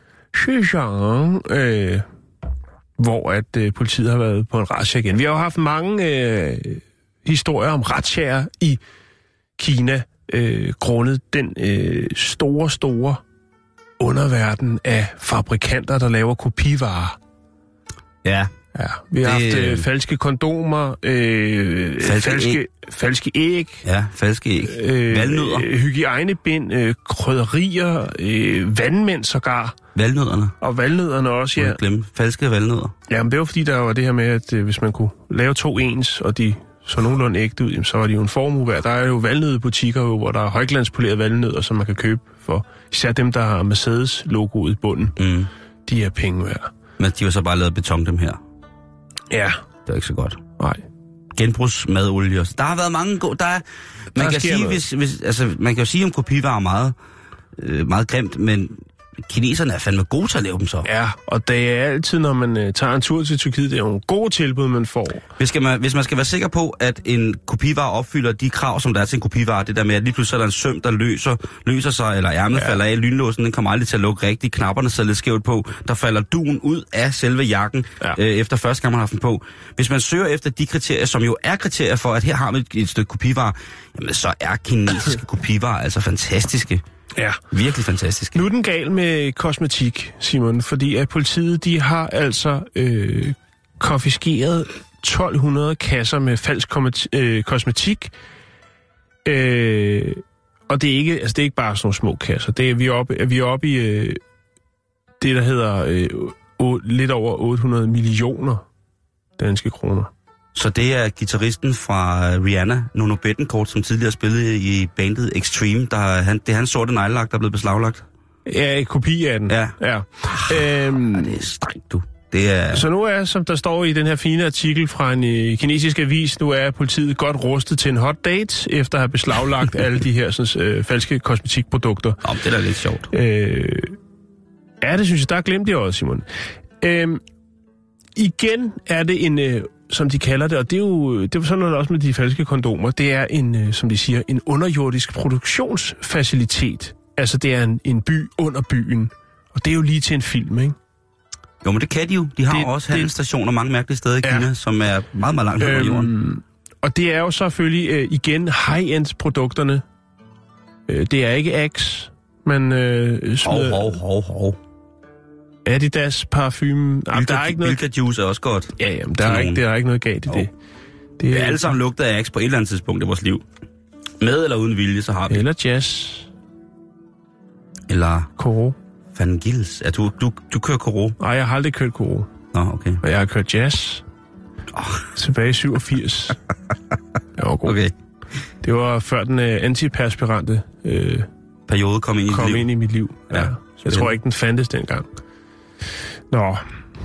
hvor at politiet har været på en razzia igen. Vi har jo haft mange historier om razziaer i Kina, grundet den store underverden af fabrikanter, der laver kopivarer. Ja. Ja, vi har haft falske kondomer, falske æg. Ja, falske æg. Valnødder. Hygiejnebind, krydderier, vandmænd sågar. Valnødderne. Og valnødderne også, ja. Glemme. Falske valnødder. Jamen, det var fordi, der var det her med, at hvis man kunne lave 2 ens, og de så nogenlunde ægte ud, så var de jo en formue værd. Der er jo valnøddebutikker, hvor der er højglanspolerede valnødder, som man kan købe for. Især dem, der har Mercedes-logoet i bunden. Mm. De er penge værd. Men de var så bare lavet beton, dem her. Ja. Det er ikke så godt. Nej. Genbrugsmadolie også. Der har været mange gode... Man kan jo sige om kopivarer meget grimt, men kineserne er fandme gode til at lave dem så. Ja, og det er altid, når man tager en tur til Tyrkiet, det er jo nogle gode tilbud, man får. Hvis man skal være sikker på, at en kopivare opfylder de krav, som der er til en kopivare, det der med, at lige pludselig er der en søm, der løser sig, eller ærmet falder af, lynlåsen, den kommer aldrig til at lukke rigtigt, knapperne sidder lidt skævt på, der falder duen ud af selve jakken, efter første gang man har haft den på. Hvis man søger efter de kriterier, som jo er kriterier for, at her har vi et stykke kopivare, jamen så er kinesiske kopivarer altså fantastiske. Ja. Virkelig fantastiske. Nu er den gal med kosmetik, Simon, fordi at politiet, de har altså konfiskeret 1200 kasser med falsk kosmetik. Og det er ikke bare sådan nogle små kasser. Vi er oppe i det, der hedder lidt over 800 millioner danske kroner. Så det er guitaristen fra Rihanna, Nuno Bettencourt, som tidligere spillede i bandet Extreme. Det er hans sorte neglelak, der er blevet beslaglagt. Ja, en kopi af den. Ja. Det er strengt, du. Det er... Så nu er, som der står i den her fine artikel fra en kinesisk avis, nu er politiet godt rustet til en hot date, efter at have beslaglagt alle de her falske kosmetikprodukter. Det er da lidt sjovt. Ja, det synes jeg, der er glemt det også, Simon. Igen er det en... som de kalder det, og det er jo sådan noget også med de falske kondomer, det er en, som de siger, en underjordisk produktionsfacilitet. Altså, det er en by under byen. Og det er jo lige til en film, ikke? Jo, men det kan de jo. De har også handelsstationer mange mærkelige steder i Kina, som er meget, meget langt over jorden. Og det er jo selvfølgelig igen high-end-produkterne. Det er ikke Axe, men Hov. Adidas parfume. Der er ikke noget. Bilka Juice er også godt. Ja, jamen, der er ikke noget galt i det. Det er alle sammen lugter af Axe på et eller andet tidspunkt i vores liv. Med eller uden vilje, så har vi. Eller jazz. Eller Koro. Van Gils. Ja, du kører Koro. Nej, jeg har aldrig kørt Koro. Nå, okay. Og jeg har kørt jazz. Tilbage i 87. Det var god. Okay. Det var før den antiperspirante periode kom ind i mit liv. Ja. Jeg tror ikke, den fandtes dengang. Nå.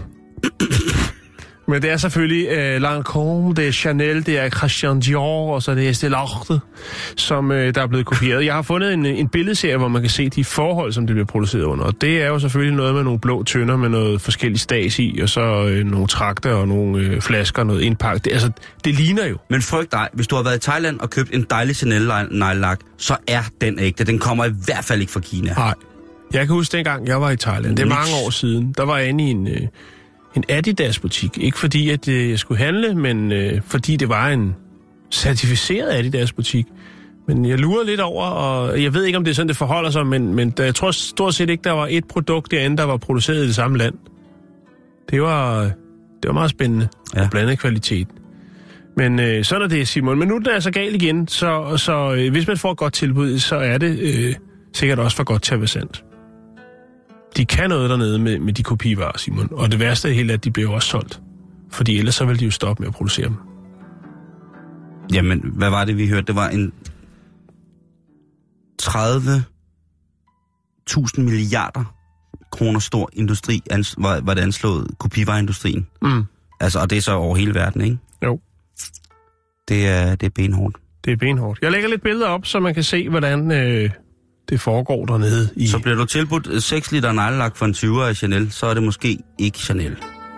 Men det er selvfølgelig Lancôme, det er Chanel, det er Christian Dior, og så det er Estée Lauder, som der er blevet kopieret. Jeg har fundet en billedserie, hvor man kan se de forhold, som det bliver produceret under. Og det er jo selvfølgelig noget med nogle blå tønder med noget forskelligt stas i, og så nogle trakter og nogle flasker og noget indpakket. Det ligner jo. Men frygt dig, hvis du har været i Thailand og købt en dejlig Chanel-neglelak, så er den ægte. Den kommer i hvert fald ikke fra Kina. Nej. Jeg kan huske dengang, jeg var i Thailand. Det er mange år siden. Der var jeg inde i en Adidas-butik. Ikke fordi, at jeg skulle handle, men fordi det var en certificeret Adidas-butik. Men jeg lurer lidt over, og jeg ved ikke, om det er sådan, det forholder sig, men jeg tror stort set ikke, der var et produkt derinde, der var produceret i det samme land. Det var meget spændende og blandet kvalitet. Men sådan er det, Simon. Men nu er det altså galt igen, så hvis man får et godt tilbud, så er det sikkert også for godt til at være sandt. De kan noget dernede med de kopivarer, Simon. Og det værste af hele er, at de bliver også solgt. Fordi ellers så vil de jo stoppe med at producere dem. Jamen, hvad var det, vi hørte? Det var en 30.000 milliarder kroner stor industri, var det anslået, kopivareindustrien. Altså, og det er så over hele verden, ikke? Jo. Det er benhårdt. Det er benhårdt. Jeg lægger lidt billeder op, så man kan se, hvordan det foregår dernede. Så bliver du tilbudt 6 liter neglelak for en 20'er af Chanel, så er det måske ikke Chanel.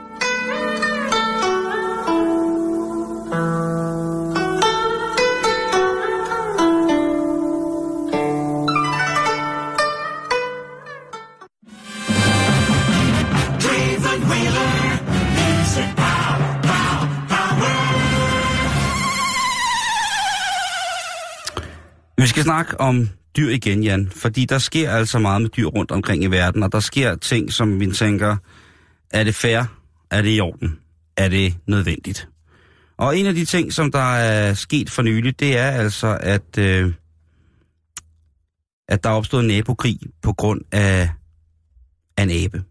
Vi skal snakke om dyr igen, Jan, fordi der sker altså meget med dyr rundt omkring i verden, og der sker ting, som vi tænker, er det fair? Er det i orden? Er det nødvendigt? Og en af de ting, som der er sket for nylig, det er altså, at der er opstået en nabokrig på grund af en abe.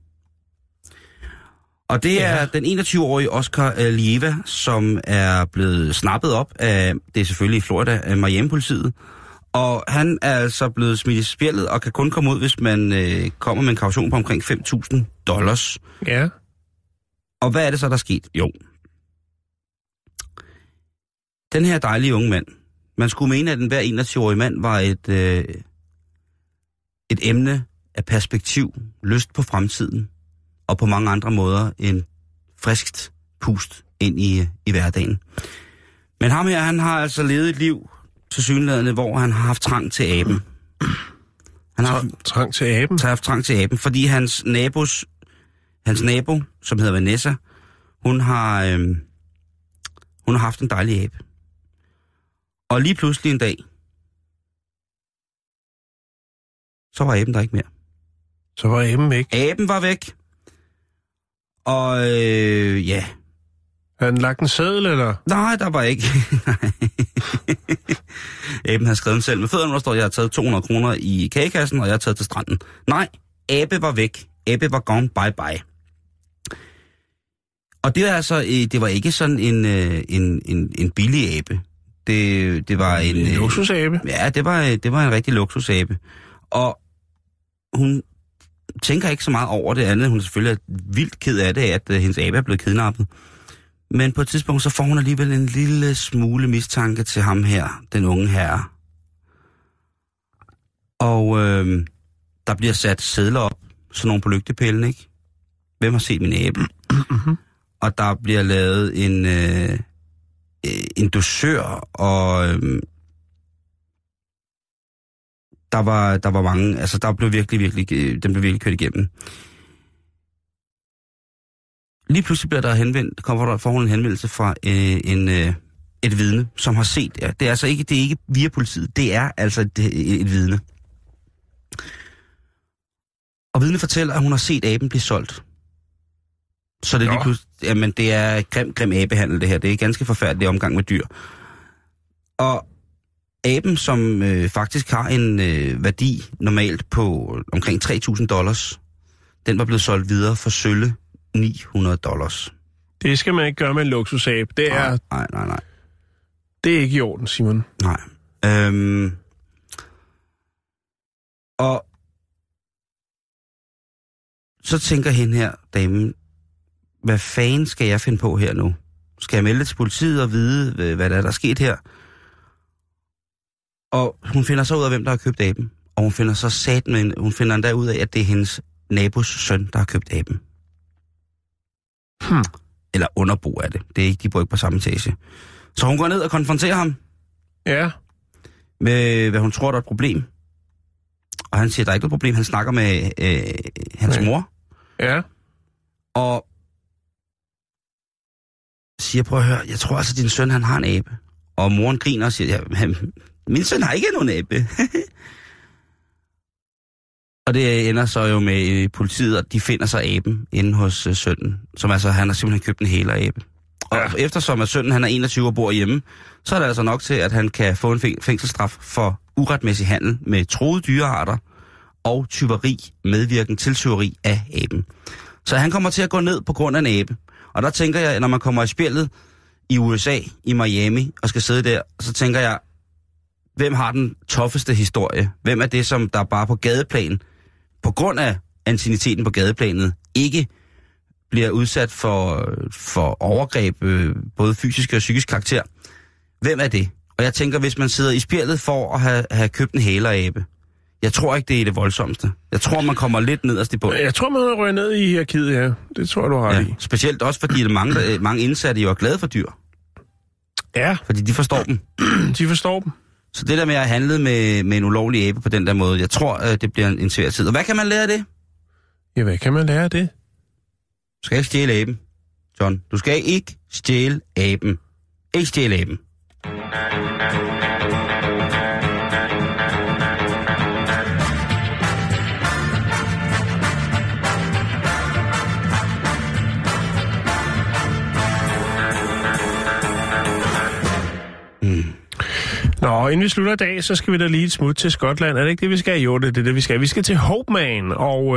Og det er den 21-årige Oscar Lieva, som er blevet snappet op af, det er selvfølgelig i Florida, af Miami-politiet. Og han er altså blevet smidt i spjældet og kan kun komme ud, hvis man kommer med en kaution på omkring $5,000. Ja. Og hvad er det så, der er sket? Jo. Den her dejlige unge mand. Man skulle mene, at enhver 21-årig mand var et emne af perspektiv, lyst på fremtiden, og på mange andre måder en friskt pust ind i hverdagen. Men ham her, han har altså levet et liv tilsyneladende, hvor han har haft trang til aben. Han har trang til aben? Han har haft trang til aben, fordi hans nabo, som hedder Vanessa, hun har haft en dejlig abe. Og lige pludselig en dag, så var aben der ikke mere. Så var aben væk? Aben var væk. Og ja. Har den lagt en seddel, eller? Nej, der var ikke. Aben har skrevet selv med fødderne, der står, jeg har taget 200 kroner i kagekassen, og jeg har taget til stranden. Nej, abe var væk. Abe var gone bye bye. Og det var altså, det var ikke sådan en billig abe. Det var en luksusabe? Ja, det var en rigtig luksusabe. Og hun tænker ikke så meget over det andet. Hun er selvfølgelig vildt ked af det, at hendes abe er blevet kidnappet. Men på et tidspunkt, så får hun alligevel en lille smule mistanke til ham her, den unge herre. Og der bliver sat sedler op, sådan nogle på lygtepælen, ikke? Hvem har set min abe? Og der bliver lavet en dosør, og der var mange, altså der blev virkelig, den blev virkelig kørt igennem. Lige pludselig bliver får hun en henvendelse fra et vidne, som har set, ja, det er ikke via politiet, det er altså et vidne. Og vidne fortæller, at hun har set aben blive solgt. Så det er lige pludselig, jamen det er grim abehandel det her, det er ganske forfærdelig omgang med dyr. Og aben, som faktisk har en værdi normalt på omkring $3,000, den var blevet solgt videre for sølle $900. Det skal man ikke gøre med en luksusabe. Det er... Nej. Det er ikke i orden, Simon. Nej. Og så tænker hende her, damen, hvad fanden skal jeg finde på her nu? Skal jeg melde til politiet og vide, hvad der er sket her? Og hun finder så ud af, hvem der har købt aben. Og hun finder endda ud af, at det er hendes nabos søn, der har købt aben. Eller underbo af det. Det er ikke, de bor ikke på samme etage. Så hun går ned og konfronterer ham. Ja. Med, hvad hun tror, der er et problem. Og han siger, der er ikke noget problem. Han snakker med hans mor. Ja. Og siger, prøv at høre, jeg tror altså, din søn, han har en abe. Og moren griner og siger, ja, min søn har ikke nogen abe. Og det ender så jo med politiet, og de finder så aben inde hos sønnen. Som altså, han har simpelthen købt en hæler-abe. Og eftersom at sønnen han er 21 og bor hjemme, så er det altså nok til, at han kan få en fængselsstraf for uretmæssig handel med truede dyrearter og tyveri, medvirken til tyveri af aben. Så han kommer til at gå ned på grund af en abe. Og der tænker jeg, når man kommer i spillet i USA, i Miami, og skal sidde der, så tænker jeg, hvem har den toffeste historie? Hvem er det, som der bare på gadeplan, på grund af ancienniteten på gadeplanet, ikke bliver udsat for overgreb, både fysisk og psykisk karakter? Hvem er det? Og jeg tænker, hvis man sidder i spjældet for at have købt en hælerabe, jeg tror ikke, det er det voldsomste. Jeg tror, man kommer lidt nederst i bunden. Jeg tror, man ryger ned i hierarkiet, ja. Det tror jeg, du har ret i. Specielt også, fordi mange indsatte jo er glade for dyr. Ja. Fordi de forstår dem. De forstår dem. Så det der med at handle med en ulovlig abe på den der måde, jeg tror, det bliver en svær tid. Og hvad kan man lære af det? Ja, hvad kan man lære af det? Du skal ikke stjæle aben, John. Du skal ikke stjæle aben. Ikke stjæle aben. Nå, inden vi slutter i dag, så skal vi da lige et smut til Skotland. Er det ikke det, vi skal? Jo, det er det, vi skal. Vi skal til Hope Man,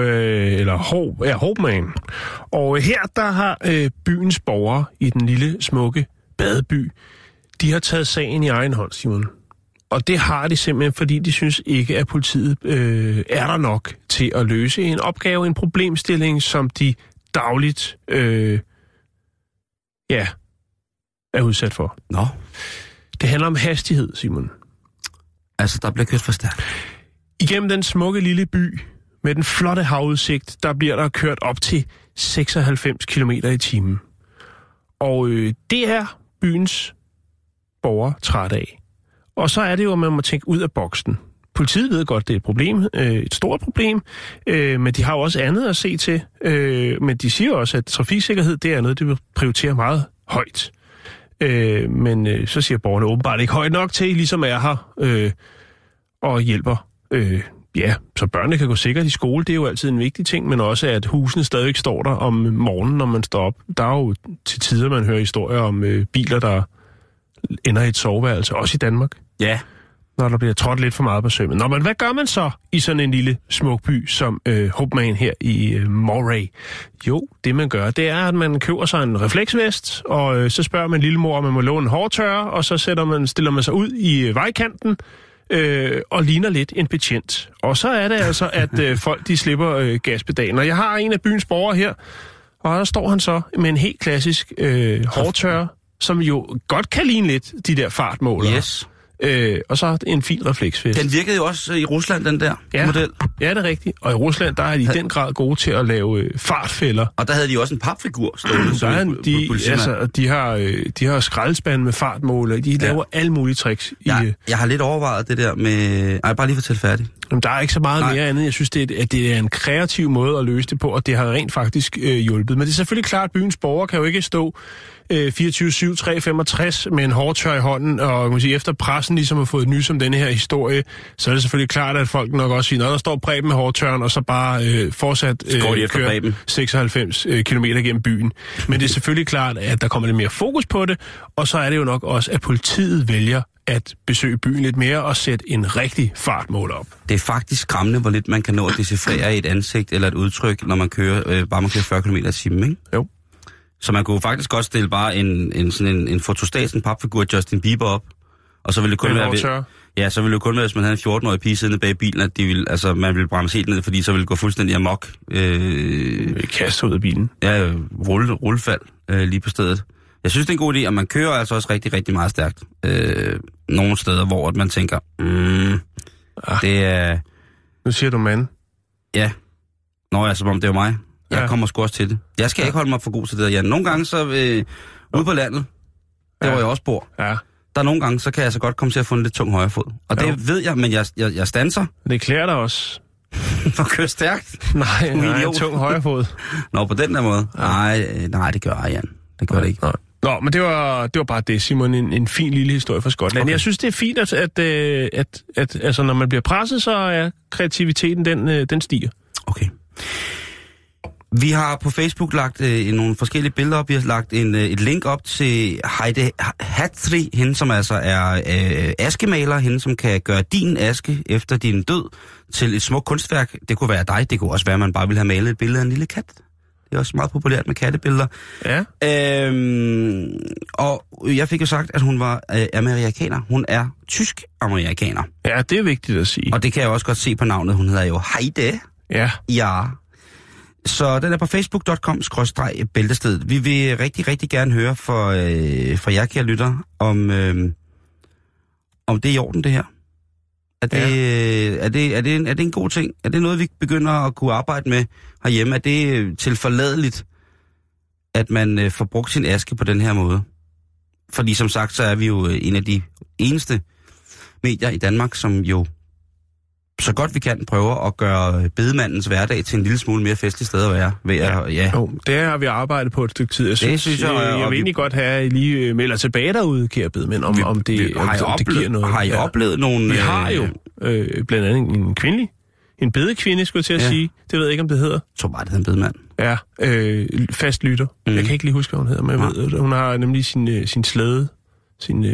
Hope Man. Og her, der har byens borgere i den lille, smukke badeby, de har taget sagen i egen hånd, Simon. Og det har de simpelthen, fordi de synes ikke, at politiet er der nok til at løse en opgave, en problemstilling, som de dagligt er udsat for. Nå. Det handler om hastighed, Simon. Altså, der bliver kørt for stærkt. Igennem den smukke lille by, med den flotte havudsigt, der bliver der kørt op til 96 km i timen. Og det er byens borgere træt af. Og så er det jo, at man må tænke ud af boksen. Politiet ved godt, det er et problem, et stort problem, men de har jo også andet at se til. Men de siger også, at trafiksikkerhed, det er noget, de vil prioritere meget højt. Men så siger borgerne åbenbart ikke højt nok til, ligesom er her og hjælper. Så børnene kan gå sikkert i skole, det er jo altid en vigtig ting, men også at husene stadig står der om morgenen, når man står op. Der er jo til tider, man hører historier om biler, der ender i et soveværelse, også i Danmark. Ja. Når der bliver trådt lidt for meget på sømmet. Nå, men hvad gør man så i sådan en lille smuk by som Hopman her i Moray? Jo, det man gør, det er, at man køber sig en refleksvest, og så spørger man lille mor, om man må låne en hårtørrer, og så stiller man sig ud i vejkanten, og ligner lidt en betjent. Og så er det altså, at folk de slipper gaspedalen. Og jeg har en af byens borgere her, og der står han så med en helt klassisk hårtørrer, som jo godt kan ligne lidt de der fartmålere. Yes. Og så en fin refleksvest. Den virkede jo også i Rusland, den der model. Ja, det er rigtigt. Og i Rusland, der er de i den grad gode til at lave fartfælder. Og der havde de også en papfigur stående. De har skraldespande med fartmåler. De laver alle mulige tricks. Jeg har lidt overvejet det der med... Ej, bare lige fortæl færdigt. Jamen, der er ikke så meget mere andet. Jeg synes, at det er en kreativ måde at løse det på, og det har rent faktisk hjulpet. Men det er selvfølgelig klart, at byens borgere kan jo ikke stå 24/7, 365 med en hårtør i hånden, og man sige, efter pressen ligesom har fået nys om denne her historie, så er det selvfølgelig klart, at folk nok også siger, når der står Preben med hårtøren, og så bare fortsat kører 96 km gennem byen. Men det er selvfølgelig klart, at der kommer lidt mere fokus på det, og så er det jo nok også, at politiet vælger at besøge byen lidt mere og sætte en rigtig fartmåler op. Det er faktisk skræmmende, hvor lidt man kan nå at decifrere et ansigt eller et udtryk, når man kører, bare man kører 40 km i timen, ikke? Jo. Så man kunne faktisk godt stille bare en fotostat, en papfigur Justin Bieber op, og så ville det kun være... Ja, så ville det kun være, hvis man havde en 14-årig pige siddende bag bilen, at man ville bremse helt ned, fordi så ville det gå fuldstændig amok. Kaste ud af bilen. Ja, rullefald lige på stedet. Jeg synes, det er en god idé, og man kører altså også rigtig, rigtig meget stærkt. Nogle steder, hvor man tænker, det er... Nu siger du mand. Ja. Nå ja, som om det er mig. Jeg kommer sgu også til det. Jeg skal ikke holde mig for god til det der, Jan. Nogle gange så ude på landet, der hvor jeg også bor, der nogle gange, så kan jeg så godt komme til at få en lidt tung højre fod. Og det ved jeg, men jeg standser. Det klæder dig også. For at køre stærkt? Nej, tung højre fod. Nå, på den der måde? Nej, det gør jeg, Jan. Det gør det ikke. Nej. Nå, men det var bare det, Simon. En fin lille historie fra Skotland. Okay. Jeg synes, det er fint, at altså, når man bliver presset, så er kreativiteten, den stiger. Okay. Vi har på Facebook lagt nogle forskellige billeder op. Vi har lagt et link op til Heide Hatri, hende som altså er askemaler, hende som kan gøre din aske efter din død til et smukt kunstværk. Det kunne være dig, det kunne også være, at man bare ville have malet et billede af en lille kat. Det er også meget populært med kattebilleder. Ja. Og jeg fik jo sagt, at hun var amerikaner. Hun er tysk-amerikaner. Ja, det er vigtigt at sige. Og det kan jeg også godt se på navnet. Hun hedder jo Heide. Ja. Ja. Så den er på facebook.com/bæltestedet. Vi vil rigtig, rigtig gerne høre fra jer, kære lytter, om det er i orden, det her. Er det en god ting? Er det noget, vi begynder at kunne arbejde med herhjemme? Er det tilforladeligt, at man får brugt sin aske på den her måde? Fordi som sagt, så er vi jo en af de eneste medier i Danmark, som jo så godt vi kan prøve at gøre bedemandens hverdag til en lille smule mere festlig sted at være. Jo, det har vi arbejdet på et stykke tid. Jeg vil egentlig godt have, at I lige melder tilbage derude, kære bedemænd, om det giver noget. Har I oplevet nogle... Vi har jo blandt andet en bedekvinde, skulle jeg til at sige. Det ved jeg ikke, om det hedder. Jeg tror bare, det hedder en bedemand. Ja, fast lytter. Jeg kan ikke lige huske, hvad hun hedder, men jeg ved, hun har nemlig sin slæde, sin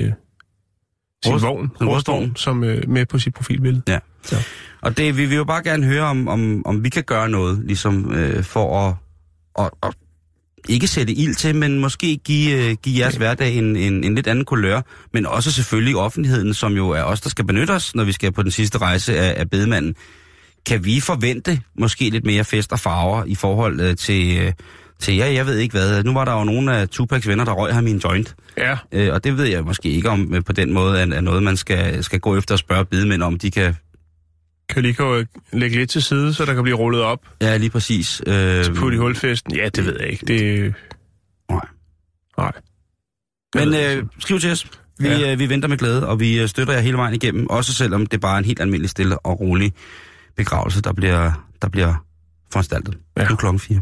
vogn, som med på sit profilbillede. Ja. Så. Og vi vil jo bare gerne høre, om vi kan gøre noget, ligesom for at ikke sætte ild til, men måske give jeres hverdag en lidt anden kulør, men også selvfølgelig offentligheden, som jo er os, der skal benytte os, når vi skal på den sidste rejse af bedemanden. Kan vi forvente måske lidt mere fest og farver i forhold til jeg ved ikke hvad. Nu var der jo nogle af Tupacs venner, der røg ham i en joint. Ja. Og det ved jeg måske ikke om på den måde, at noget, man skal gå efter og spørge bedemænd om, de kan Kan lige gå lægge lidt til side, så der kan blive rullet op? Ja, lige præcis. Til putte i hulfesten? Ja, det ved jeg ikke. Det... Nej. Men skriv til os. Vi venter med glæde, og vi støtter jer hele vejen igennem, også selvom det bare er en helt almindelig stille og rolig begravelse, der bliver foranstaltet. Nu klokken 4.